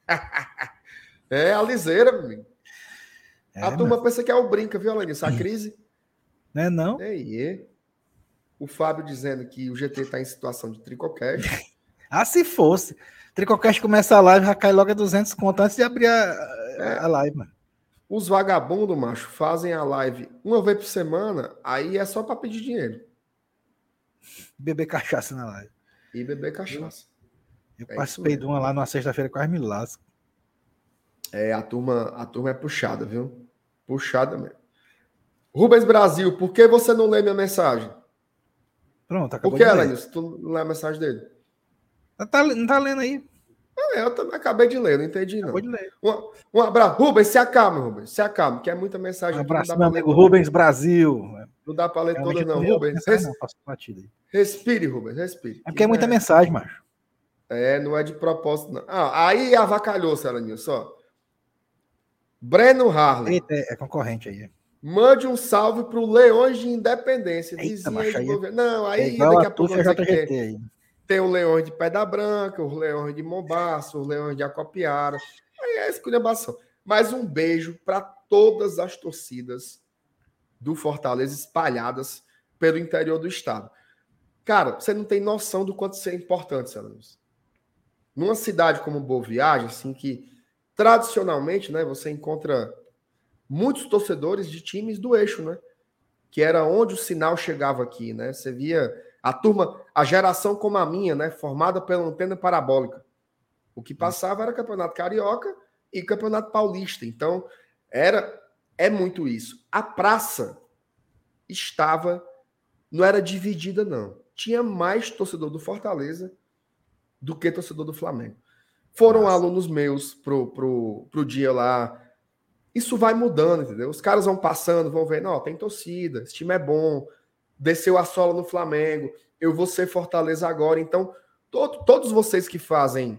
Speaker 2: É a liseira, meu amigo. A turma pensa que é o brinca, viu, Elenilson? A crise.
Speaker 1: Não é não?
Speaker 2: O Fábio dizendo que o GT tá em situação de tricocast.
Speaker 1: Se fosse. Tricocast começa a live, já cai logo a 200 conto antes de abrir a live, mano.
Speaker 2: Os vagabundos, macho, fazem a live uma vez por semana, aí é só para pedir dinheiro.
Speaker 1: Beber cachaça na live.
Speaker 2: E beber cachaça.
Speaker 1: Eu participei de uma lá numa sexta-feira, quase me lasco.
Speaker 2: A turma é puxada, viu? Puxada mesmo. Rubens Brasil, por que você não lê minha mensagem?
Speaker 1: Pronto, acabou.
Speaker 2: Por que, Elenilson? Tu não lê a mensagem dele?
Speaker 1: Não tá lendo aí.
Speaker 2: Eu também acabei de ler, não entendi, não.
Speaker 1: Acabou de ler.
Speaker 2: Um abraço. Rubens, se acalma, Rubens. Se acalma, que é muita mensagem.
Speaker 1: Um abraço, meu amigo Rubens Brasil.
Speaker 2: Não dá para ler todas, não. Rubens, respire, Rubens, respire.
Speaker 1: É porque é muita mensagem, macho.
Speaker 2: Não é de propósito, não. Aí avacalhou, Saraninho, só. Breno Harley.
Speaker 1: Eita, é concorrente aí.
Speaker 2: Mande um salve pro Leões de Independência.
Speaker 1: Vizinho aí de
Speaker 2: Não, aí daqui a pouco tem o Leões de Pedra Branca, os Leões de Mombaça, os Leões de Acopiara. Aí é esculhambação. Mas um beijo para todas as torcidas do Fortaleza espalhadas pelo interior do estado. Cara, você não tem noção do quanto isso é importante, Celanos. Numa cidade como Boa Viagem, assim, que tradicionalmente, né, você encontra muitos torcedores de times do eixo, né? Que era onde o sinal chegava aqui, né? Você via a turma, a geração como a minha, né? Formada pela antena parabólica. O que passava era Campeonato Carioca e Campeonato Paulista. Então, é muito isso. A praça não era dividida, não. Tinha mais torcedor do Fortaleza do que torcedor do Flamengo. Foram alunos meus pro dia lá. Isso vai mudando, entendeu? Os caras vão passando, vão vendo, ó, tem torcida, esse time é bom, desceu a sola no Flamengo, eu vou ser Fortaleza agora. Então, todos vocês que fazem...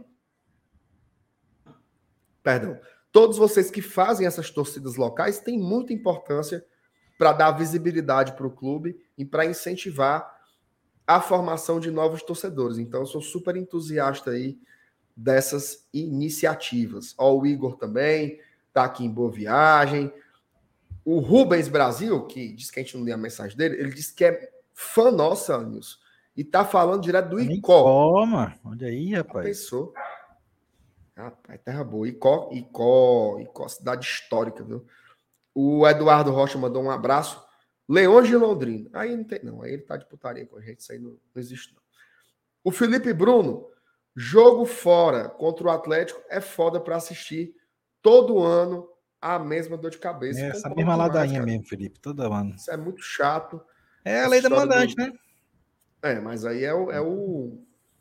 Speaker 2: Perdão. Todos vocês que fazem essas torcidas locais têm muita importância para dar visibilidade para o clube e para incentivar a formação de novos torcedores. Então, eu sou super entusiasta aí dessas iniciativas. Ó, o Igor também está aqui em Boa Viagem. O Rubens Brasil, que diz que a gente não lê a mensagem dele, ele disse que é fã nossa, Nilson, e tá falando direto do Icó.
Speaker 1: Toma, olha aí, rapaz.
Speaker 2: Já pensou? Rapaz, terra boa. Icó, cidade histórica, viu? O Eduardo Rocha mandou um abraço. Leões de Londrina. Aí não tem, não. Aí ele tá de putaria com a gente. Isso aí não existe, não. O Felipe Bruno. Jogo fora contra o Atlético é foda para assistir todo ano a mesma dor de cabeça.
Speaker 1: Essa mesma ladainha mesmo, Felipe, todo ano.
Speaker 2: Isso é muito chato.
Speaker 1: É a lei da mandante, né?
Speaker 2: Mas aí é o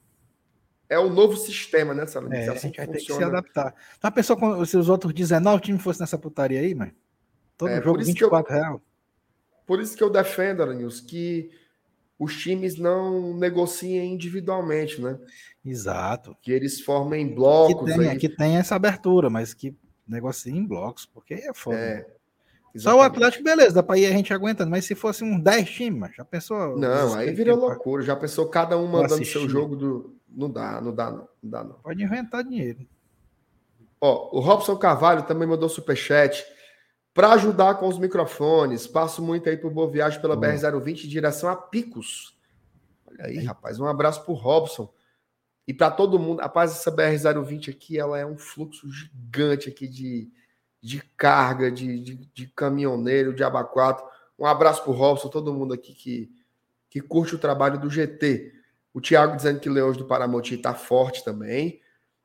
Speaker 2: novo sistema, né, Salim?
Speaker 1: A gente vai ter que se adaptar. Então, a pessoa, se os outros 19 times fossem nessa putaria aí, mas todo jogo R$24.
Speaker 2: Por isso que eu defendo, Aranils, que os times não negociem individualmente, né?
Speaker 1: Exato.
Speaker 2: Que eles formem blocos.
Speaker 1: Que tem essa abertura, mas que negociem em blocos, porque é foda.
Speaker 2: Exatamente.
Speaker 1: Só o Atlético, beleza, dá pra ir a gente aguentando, mas se fosse uns 10 times, já pensou?
Speaker 2: Não, aí vira loucura. Já pensou cada um mandando seu jogo do... Não dá não.
Speaker 1: Pode inventar dinheiro.
Speaker 2: Ó, o Robson Carvalho também mandou superchat. Para ajudar com os microfones, passo muito aí por Boa Viagem pela BR-020 em direção a Picos. Olha aí, rapaz, um abraço pro Robson. E para todo mundo, rapaz, essa BR-020 aqui, ela é um fluxo gigante aqui de carga, de caminhoneiro, de abacuato. Um abraço pro Robson, todo mundo aqui que curte o trabalho do GT. O Thiago dizendo que Leões do Paramoti tá forte também.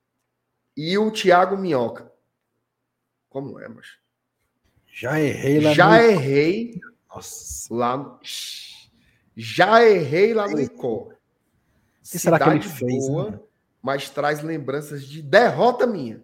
Speaker 2: E o Thiago Minhoca. Como é, macho?
Speaker 1: Já errei lá
Speaker 2: Já errei.
Speaker 1: Nossa.
Speaker 2: Lá. Já errei lá no Icó.
Speaker 1: O que será que ele fez?
Speaker 2: Boa, né? Mas traz lembranças de derrota minha.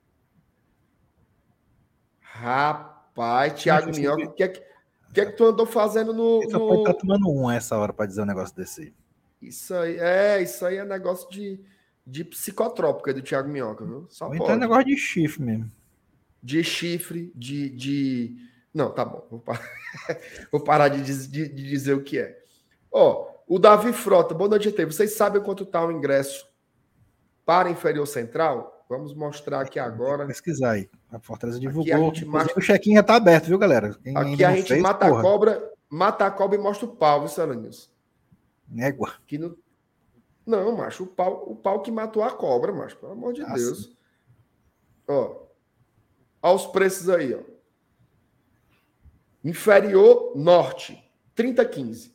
Speaker 2: Rapaz, Thiago Minhoca, o que é que tu andou fazendo no.
Speaker 1: Ele só pode estar tomando a essa hora para dizer um negócio desse aí.
Speaker 2: Isso aí é negócio de psicotrópico do Thiago Minhoca, viu? Só pode.
Speaker 1: Então é negócio de chifre mesmo.
Speaker 2: De chifre, Não, tá bom. Vou parar de dizer o que é. Ó, o Davi Frota, boa noite, GT. Vocês sabem quanto tá o ingresso para Inferior Central? Vamos mostrar aqui agora.
Speaker 1: Pesquisar aí. A Fortaleza divulgou.
Speaker 2: O
Speaker 1: check-in já tá aberto, viu, galera?
Speaker 2: Aqui a gente mata a cobra e mostra o pau, viu, Saranis?
Speaker 1: Négua.
Speaker 2: Não, macho, o pau que matou a cobra, macho, pelo amor de Deus. Sim. Ó, aos preços aí, ó. Inferior Norte, 30,15.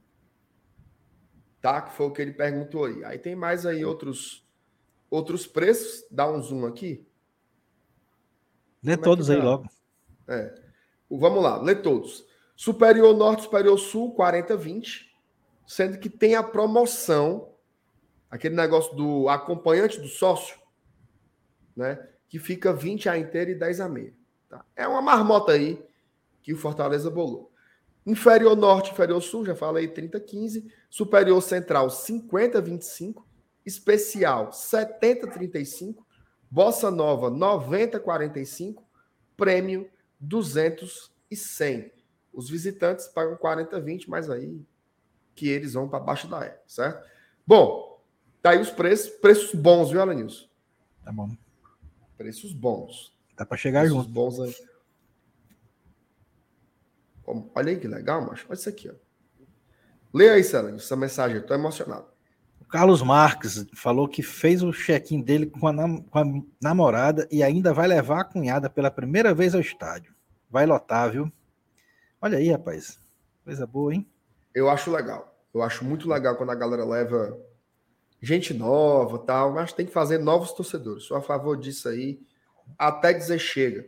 Speaker 2: Tá? Que foi o que ele perguntou aí. Aí tem mais aí outros preços. Dá um zoom aqui.
Speaker 1: Lê todos aí logo.
Speaker 2: Vamos lá, lê todos. Superior Norte, Superior Sul, 40,20. Sendo que tem a promoção, aquele negócio do acompanhante do sócio, né? Que fica 20 a inteira e 10 a meia. Tá? É uma marmota aí que o Fortaleza bolou. Inferior Norte, Inferior Sul, já falei, 30,15. Superior Central, 50,25. Especial, 70,35. Bossa Nova, 90,45. Prêmio, 200 e 100. Os visitantes pagam 40,20, mas aí que eles vão para baixo da E, certo? Bom, tá aí os preços bons, viu, Alanilson?
Speaker 1: Tá bom.
Speaker 2: Preços bons.
Speaker 1: Dá para chegar junto.
Speaker 2: Bons aí. Olha aí que legal, macho. Olha isso aqui, ó. Lê aí, Célio, essa mensagem. Eu tô emocionado.
Speaker 1: O Carlos Marques falou que fez o check-in dele com a namorada e ainda vai levar a cunhada pela primeira vez ao estádio. Vai lotar, viu? Olha aí, rapaz. Coisa boa, hein?
Speaker 2: Eu acho legal. Eu acho muito legal quando a galera leva gente nova, tal, mas tem que fazer novos torcedores. Sou a favor disso aí, até dizer chega.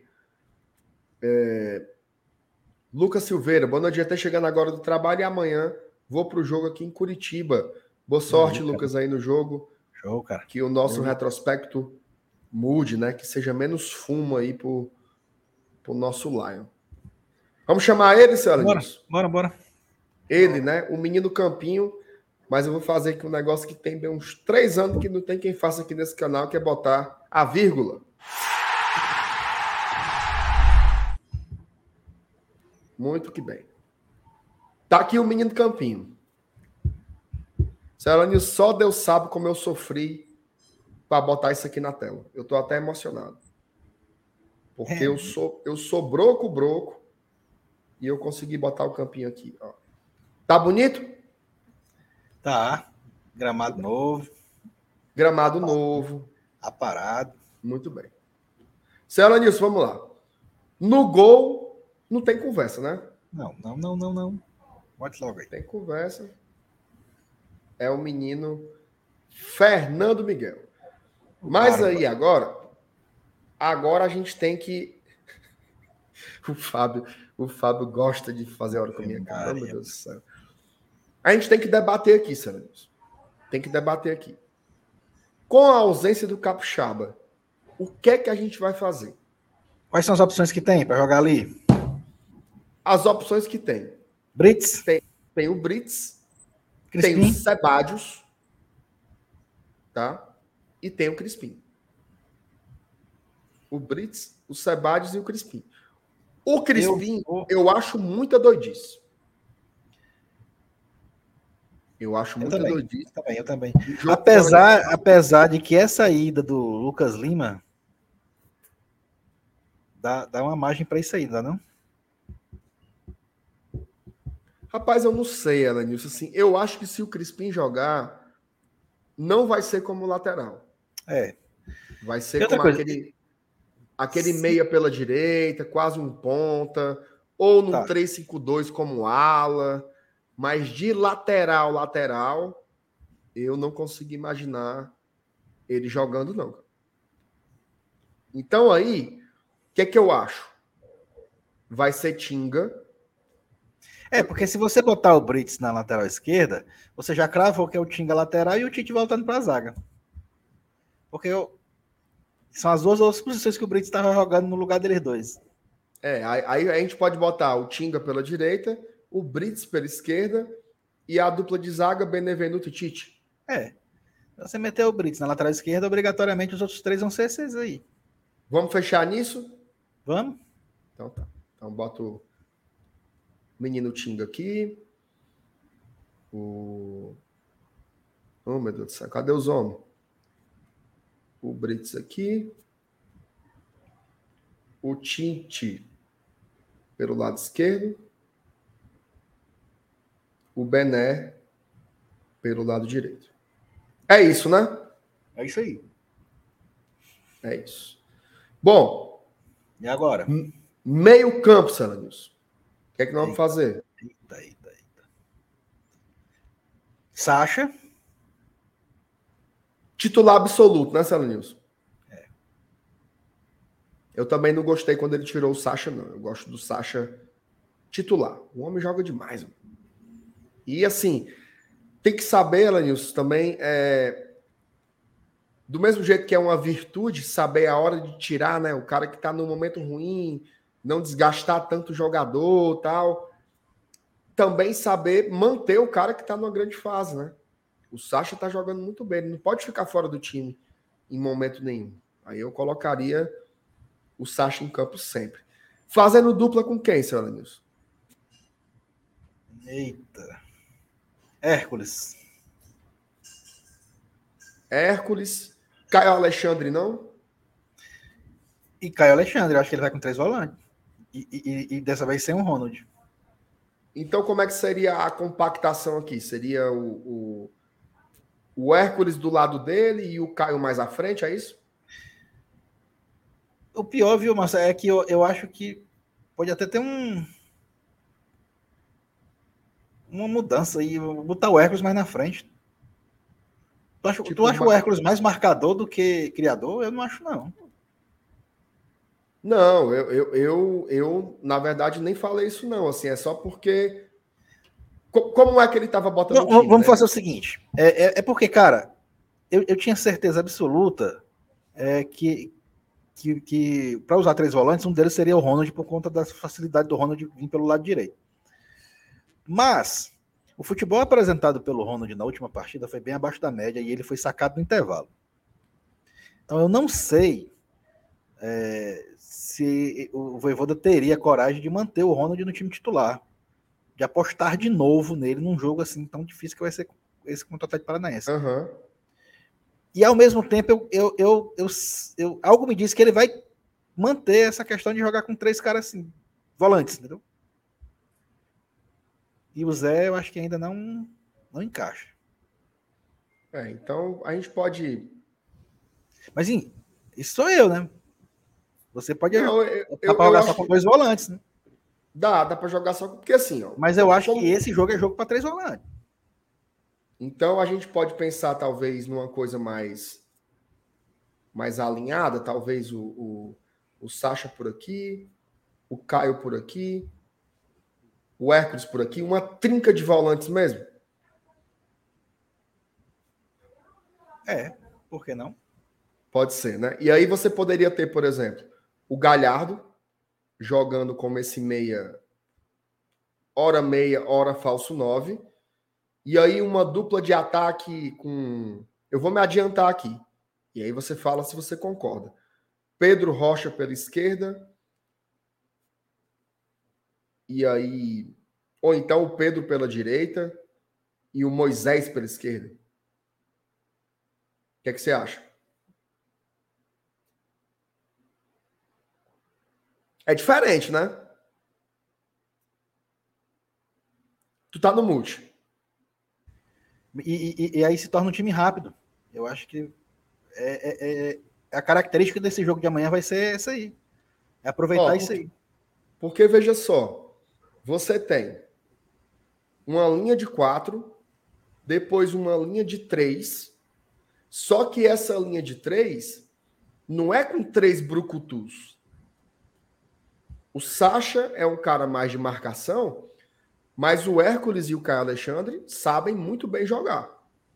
Speaker 2: Lucas Silveira, boa noite, até chegando agora do trabalho e amanhã vou pro jogo aqui em Curitiba. Boa sorte,
Speaker 1: Aí,
Speaker 2: Lucas, aí no jogo.
Speaker 1: show, cara.
Speaker 2: Que o nosso retrospecto mude, né? Que seja menos fumo aí pro nosso Lion. Vamos chamar ele, seu Alanilson?
Speaker 1: Bora.
Speaker 2: Ele, né? O menino Campinho. Mas eu vou fazer aqui um negócio que tem bem uns 3 anos que não tem quem faça aqui nesse canal, que é botar a vírgula. Muito que bem. Tá aqui o menino Campinho. Seu Alanilson, só Deus sabe como eu sofri para botar isso aqui na tela. Eu tô até emocionado. Porque eu sou broco, e eu consegui botar o Campinho aqui. Ó. Tá bonito?
Speaker 1: Tá. Gramado novo.
Speaker 2: Gramado novo.
Speaker 1: Aparado.
Speaker 2: Muito bem. Seu Alanilson, vamos lá. No gol, não tem conversa, né?
Speaker 1: Não. Bote logo aí.
Speaker 2: Tem conversa. É o menino Fernando Miguel. Mas aí agora a gente tem que... O Fábio gosta de fazer hora com a minha cara, meu Deus do céu. A gente tem que debater aqui, Sérgio. Tem que debater aqui. Com a ausência do Capixaba, o que é que a gente vai fazer?
Speaker 1: Quais são as opções que tem para jogar ali?
Speaker 2: As opções que tem.
Speaker 1: Brits?
Speaker 2: Tem o Brits,
Speaker 1: Crispim?
Speaker 2: tem o Sebadios, tá? E tem o Crispim. O Brits, o Sebadios e o Crispim. O Crispim, eu acho muita doidice. Eu acho muita doidice.
Speaker 1: Eu também. Apesar de que essa ida do Lucas Lima dá uma margem para isso aí, não?
Speaker 2: Rapaz, eu não sei, Alanilson. Assim, eu acho que se o Crispim jogar, não vai ser como lateral. Vai ser como aquele meia pela direita, quase um ponta, ou num 3-5-2 como ala, mas de lateral, eu não consigo imaginar ele jogando, não. Então aí, o que é que eu acho? Vai ser Tinga.
Speaker 1: Porque se você botar o Brits na lateral esquerda, você já cravou que é o Tinga lateral e o Tite voltando para a zaga. Porque são as duas outras posições que o Brits estava jogando no lugar deles dois.
Speaker 2: Aí a gente pode botar o Tinga pela direita, o Brits pela esquerda e a dupla de zaga Benevenuto e Tite.
Speaker 1: Você meter o Brits na lateral esquerda, obrigatoriamente os outros 3 vão ser esses aí.
Speaker 2: Vamos fechar nisso?
Speaker 1: Vamos?
Speaker 2: Então tá. Então boto o menino Tinga aqui. Oh, meu Deus do céu. Cadê os homens? O Brits aqui. O Tite pelo lado esquerdo. O Bené pelo lado direito. É isso, né?
Speaker 1: É isso aí.
Speaker 2: É isso. Bom.
Speaker 1: E agora?
Speaker 2: Meio campo, Salanilson. O que é que nós vamos fazer?
Speaker 1: Eita. Sacha.
Speaker 2: Titular absoluto, né, Salanilson? Eu também não gostei quando ele tirou o Sacha, não. Eu gosto do Sacha titular. O homem joga demais. Mano. E assim, tem que saber, Alanilson, também, do mesmo jeito que é uma virtude, saber a hora de tirar, né? O cara que tá no momento ruim, não desgastar tanto o jogador, tal. Também saber manter o cara que tá numa grande fase, né? O Sacha tá jogando muito bem, ele não pode ficar fora do time em momento nenhum. Aí eu colocaria o Sacha em campo sempre. Fazendo dupla com quem, seu Alanilson?
Speaker 1: Eita. Hércules.
Speaker 2: Caio Alexandre, não?
Speaker 1: E Caio Alexandre, eu acho que ele vai com 3 volantes. E dessa vez sem o Ronald.
Speaker 2: Então, como é que seria a compactação aqui? Seria o Hércules do lado dele e o Caio mais à frente, é isso?
Speaker 1: O pior, viu, Marcelo, é que eu acho que pode até ter uma mudança aí, botar o Hércules mais na frente. Tu
Speaker 2: Tipo,
Speaker 1: acha o Hércules mais marcador do que criador? Eu não acho, não.
Speaker 2: não, eu, na verdade, nem falei isso, não. Assim, é só porque. Como é que ele estava botando o time,
Speaker 1: Vamos
Speaker 2: né?
Speaker 1: fazer o seguinte: é porque, cara, eu tinha certeza absoluta que para usar 3 volantes, um deles seria o Ronald por conta da facilidade do Ronald vir pelo lado direito. Mas o futebol apresentado pelo Ronald na última partida foi bem abaixo da média e ele foi sacado no intervalo. Então eu não sei se o Voivoda teria coragem de manter o Ronald no time titular, de apostar de novo nele num jogo assim tão difícil que vai ser esse contra o Atlético Paranaense.
Speaker 2: Uhum.
Speaker 1: E ao mesmo tempo, algo me diz que ele vai manter essa questão de jogar com 3 caras assim, volantes, entendeu? E o Zé, eu acho que ainda não encaixa.
Speaker 2: Então, a gente pode.
Speaker 1: Mas, isso sou eu, né? Você pode
Speaker 2: Não,
Speaker 1: optar para
Speaker 2: eu
Speaker 1: jogar só
Speaker 2: acho
Speaker 1: com
Speaker 2: que
Speaker 1: 2 volantes, né?
Speaker 2: dá para jogar só. Porque assim, ó.
Speaker 1: Mas eu acho que esse jogo é jogo para 3 volantes.
Speaker 2: Então, a gente pode pensar, talvez, numa coisa mais alinhada, talvez o Sacha por aqui, o Caio por aqui, o Hércules por aqui, uma trinca de volantes mesmo.
Speaker 1: Por que não?
Speaker 2: Pode ser, né? E aí você poderia ter, por exemplo, o Galhardo jogando como esse meia, hora falso 9. E aí uma dupla de ataque com. Eu vou me adiantar aqui. E aí você fala se você concorda. Pedro Rocha pela esquerda. E aí. Ou então o Pedro pela direita. E o Moisés pela esquerda. O que é que você acha? É diferente, né? Tu tá no mute.
Speaker 1: E aí se torna um time rápido. Eu acho que a característica desse jogo de amanhã vai ser essa aí. É aproveitar isso aí.
Speaker 2: Porque veja só. Você tem uma linha de 4, depois uma linha de 3. Só que essa linha de 3 não é com 3 brucutus. O Sacha é um cara mais de marcação, mas o Hércules e o Caio Alexandre sabem muito bem jogar.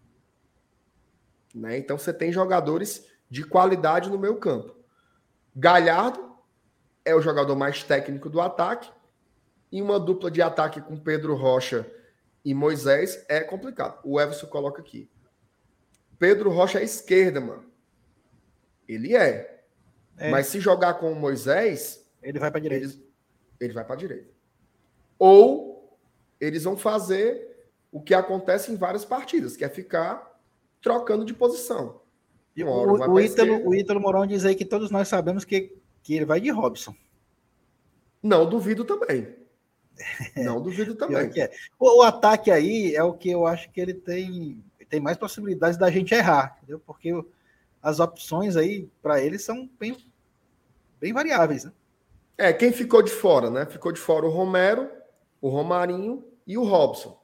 Speaker 2: Né? Então você tem jogadores de qualidade no meio campo. Galhardo é o jogador mais técnico do ataque, e uma dupla de ataque com Pedro Rocha e Moisés é complicado. O Everson coloca aqui. Pedro Rocha é esquerda, mano. Ele é. Mas se jogar com o Moisés,
Speaker 1: ele vai para direita.
Speaker 2: Ele vai para direita. Ou eles vão fazer o que acontece em várias partidas, que é ficar trocando de posição.
Speaker 1: E o Ítalo Mourão diz aí que todos nós sabemos que ele vai de Robson.
Speaker 2: Não duvido também. Não duvido também.
Speaker 1: O ataque aí é o que eu acho que ele tem mais possibilidades da gente errar, entendeu? Porque as opções aí para ele são bem variáveis, né?
Speaker 2: Quem ficou de fora, né? Ficou de fora o Romero, o Romarinho e o Robson.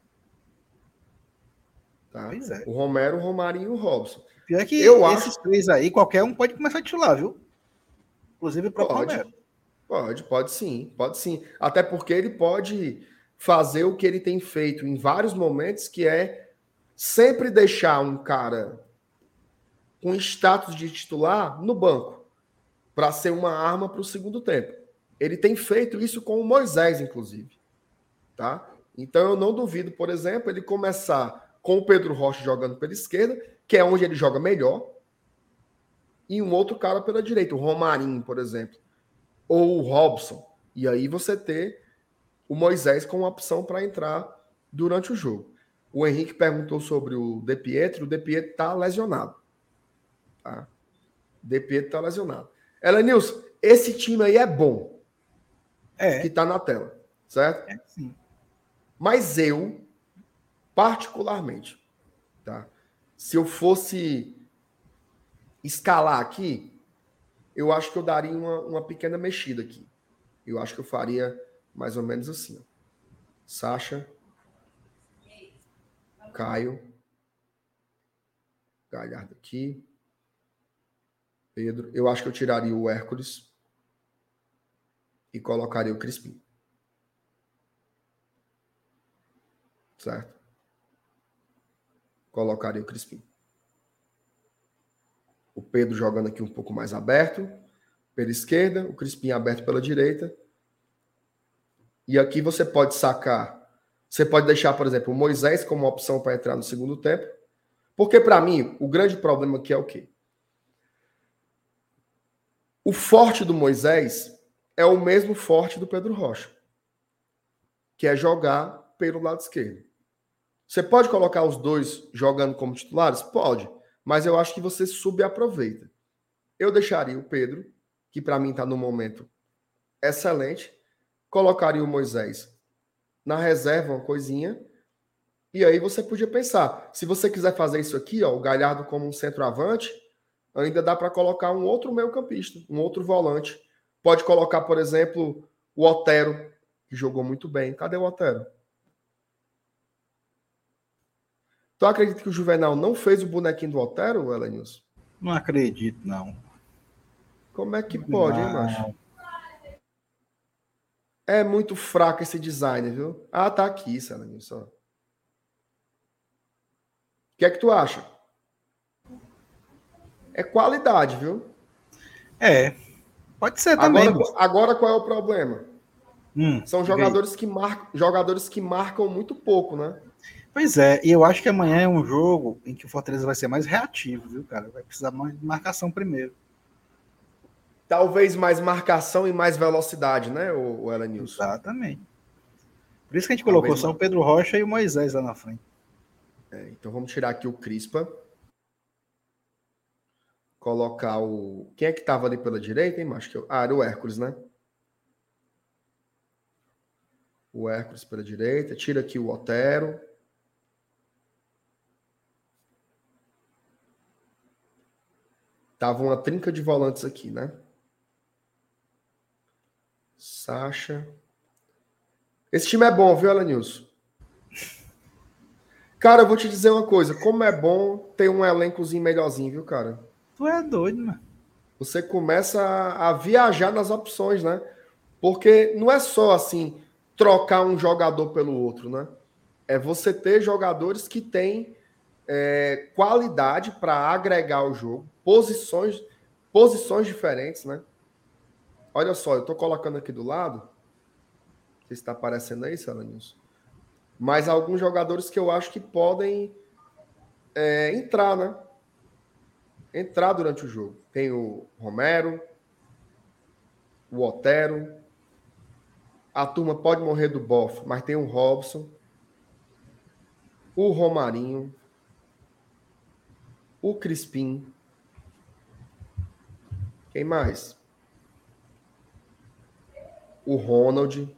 Speaker 2: Tá?
Speaker 1: Pois é.
Speaker 2: O Romero, o Romarinho e o Robson.
Speaker 1: Pior é que esses 3 aí, qualquer um pode começar a titular, viu? Inclusive o próprio Romero.
Speaker 2: Pode sim. Até porque ele pode fazer o que ele tem feito em vários momentos, que é sempre deixar um cara com status de titular no banco, para ser uma arma para o segundo tempo. Ele tem feito isso com o Moisés, inclusive. Tá? Então eu não duvido, por exemplo, ele começar com o Pedro Rocha jogando pela esquerda, que é onde ele joga melhor, e um outro cara pela direita, o Romarinho, por exemplo, ou o Robson. E aí você ter o Moisés como opção para entrar durante o jogo. O Henrique perguntou sobre o De Pietro. O De Pietro está lesionado. Tá? De Pietro está lesionado. Elenilson, esse time aí é bom. Que está na tela, certo?
Speaker 1: Sim.
Speaker 2: Mas eu, particularmente, tá? Se eu fosse escalar aqui, eu acho que eu daria uma pequena mexida aqui. Eu acho que eu faria mais ou menos assim. Ó. Sacha, Caio, Galhardo aqui, Pedro. Eu acho que eu tiraria o Hércules e colocaria o Crispim. Certo? Colocaria o Crispim. O Pedro jogando aqui um pouco mais aberto, pela esquerda, o Crispim aberto pela direita. E aqui você pode sacar, você pode deixar, por exemplo, o Moisés como opção para entrar no segundo tempo. Porque, para mim, o grande problema aqui é o quê? O forte do Moisés é o mesmo forte do Pedro Rocha, que é jogar pelo lado esquerdo. Você pode colocar os dois jogando como titulares? Pode, mas eu acho que você subaproveita. Eu deixaria o Pedro, que para mim está no momento excelente, colocaria o Moisés na reserva, uma coisinha, e aí você podia pensar, se você quiser fazer isso aqui, ó, o Galhardo como um centroavante, ainda dá para colocar um outro meio-campista, um outro volante. Pode colocar, por exemplo, o Otero, que jogou muito bem. Cadê o Otero? Tu acredita que o Juvenal não fez o bonequinho do Otero, Elenilson?
Speaker 1: Não acredito, não.
Speaker 2: Como é que pode, hein, macho? É muito fraco esse design, viu? Ah, tá aqui, Elenilson. O que é que tu acha? É qualidade, viu?
Speaker 1: É, pode ser também.
Speaker 2: Agora qual é o problema? São jogadores que marcam muito pouco, né?
Speaker 1: Pois é, e eu acho que amanhã é um jogo em que o Fortaleza vai ser mais reativo, viu, cara? Vai precisar mais de marcação primeiro.
Speaker 2: Talvez mais marcação e mais velocidade, né, o Elenilson?
Speaker 1: Exatamente. Por isso que a gente colocou só o Pedro Rocha e o Moisés lá na frente.
Speaker 2: Então vamos tirar aqui o Crispa. Colocar o... Quem é que estava ali pela direita, hein, macho? Era o Hércules, né? O Hércules pela direita. Tira aqui o Otero. Tava uma trinca de volantes aqui, né? Sacha. Esse time é bom, viu, Elenilson? Cara, eu vou te dizer uma coisa. Como é bom ter um elencozinho melhorzinho, viu, cara?
Speaker 1: Tu é doido, mano.
Speaker 2: Você começa a viajar nas opções, né? Porque não é só, assim, trocar um jogador pelo outro, né? É você ter jogadores que têm qualidade para agregar o jogo, posições diferentes, né? Olha só, eu estou colocando aqui do lado, não sei se está aparecendo aí, Salanilson, mas alguns jogadores que eu acho que podem entrar, né? Entrar durante o jogo. Tem o Romero, o Otero, a turma pode morrer do bofe, mas tem o Robson, o Romarinho, o Crispim. Quem mais? O Ronald.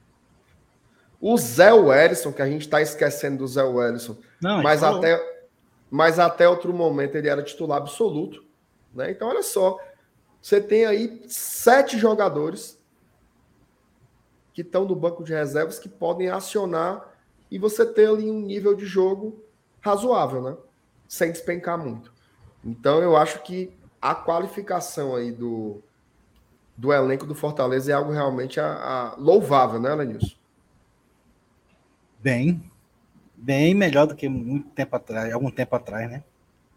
Speaker 2: O Zé Wellison, que a gente está esquecendo do Zé Wellison. Não, mas até outro momento ele era titular absoluto. Né? Então, olha só. Você tem aí 7 jogadores que estão no banco de reservas que podem acionar e você ter ali um nível de jogo razoável, né? Sem despencar muito. Então, eu acho que a qualificação aí do elenco do Fortaleza é algo realmente louvável, né, Lenilson?
Speaker 1: Bem melhor do que muito tempo atrás, algum tempo atrás, né?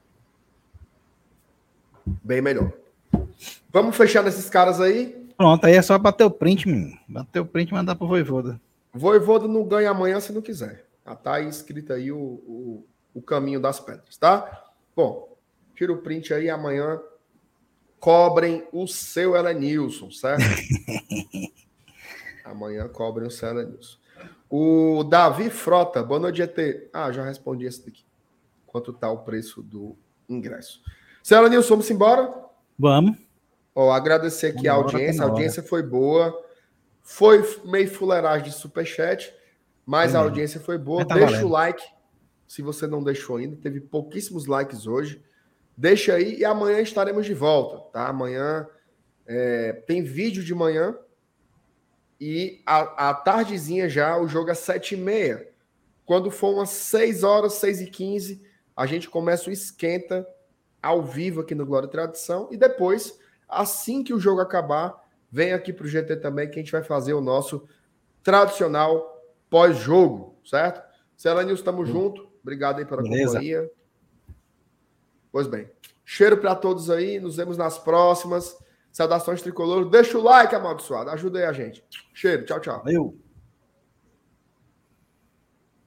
Speaker 2: Bem melhor. Vamos fechar nesses caras aí?
Speaker 1: Pronto, aí é só bater o print, menino. Bater o print e mandar pro Voivoda.
Speaker 2: Voivoda não ganha amanhã se não quiser. Já tá aí escrito aí o caminho das pedras, tá? Bom, tira o print aí, amanhã cobrem o seu Elenilson, certo? Amanhã cobrem o seu Elenilson. O Davi Frota, boa noite, GT. Já respondi esse daqui. Quanto tá o preço do ingresso? Seu Elenilson, vamos embora?
Speaker 1: Vamos.
Speaker 2: Agradecer aqui a audiência foi boa. Foi meio fuleiragem de superchat, mas a audiência foi boa.
Speaker 1: Tá
Speaker 2: Deixa
Speaker 1: valendo.
Speaker 2: o like, se você não deixou ainda. Teve pouquíssimos likes hoje. Deixa aí e amanhã estaremos de volta, tá? Amanhã tem vídeo de manhã e a tardezinha já, o jogo é 7h30. Quando for umas 6 horas, 6h15, a gente começa o esquenta ao vivo aqui no Glória e Tradição. E depois, assim que o jogo acabar, vem aqui para o GT também que a gente vai fazer o nosso tradicional pós-jogo, certo? Cela News, estamos junto. Obrigado aí pela companhia. Pois bem. Cheiro para todos aí. Nos vemos nas próximas. Saudações tricolor. Deixa o like, amaldiçoado. Ajuda aí a gente. Cheiro. Tchau, tchau.
Speaker 1: Valeu.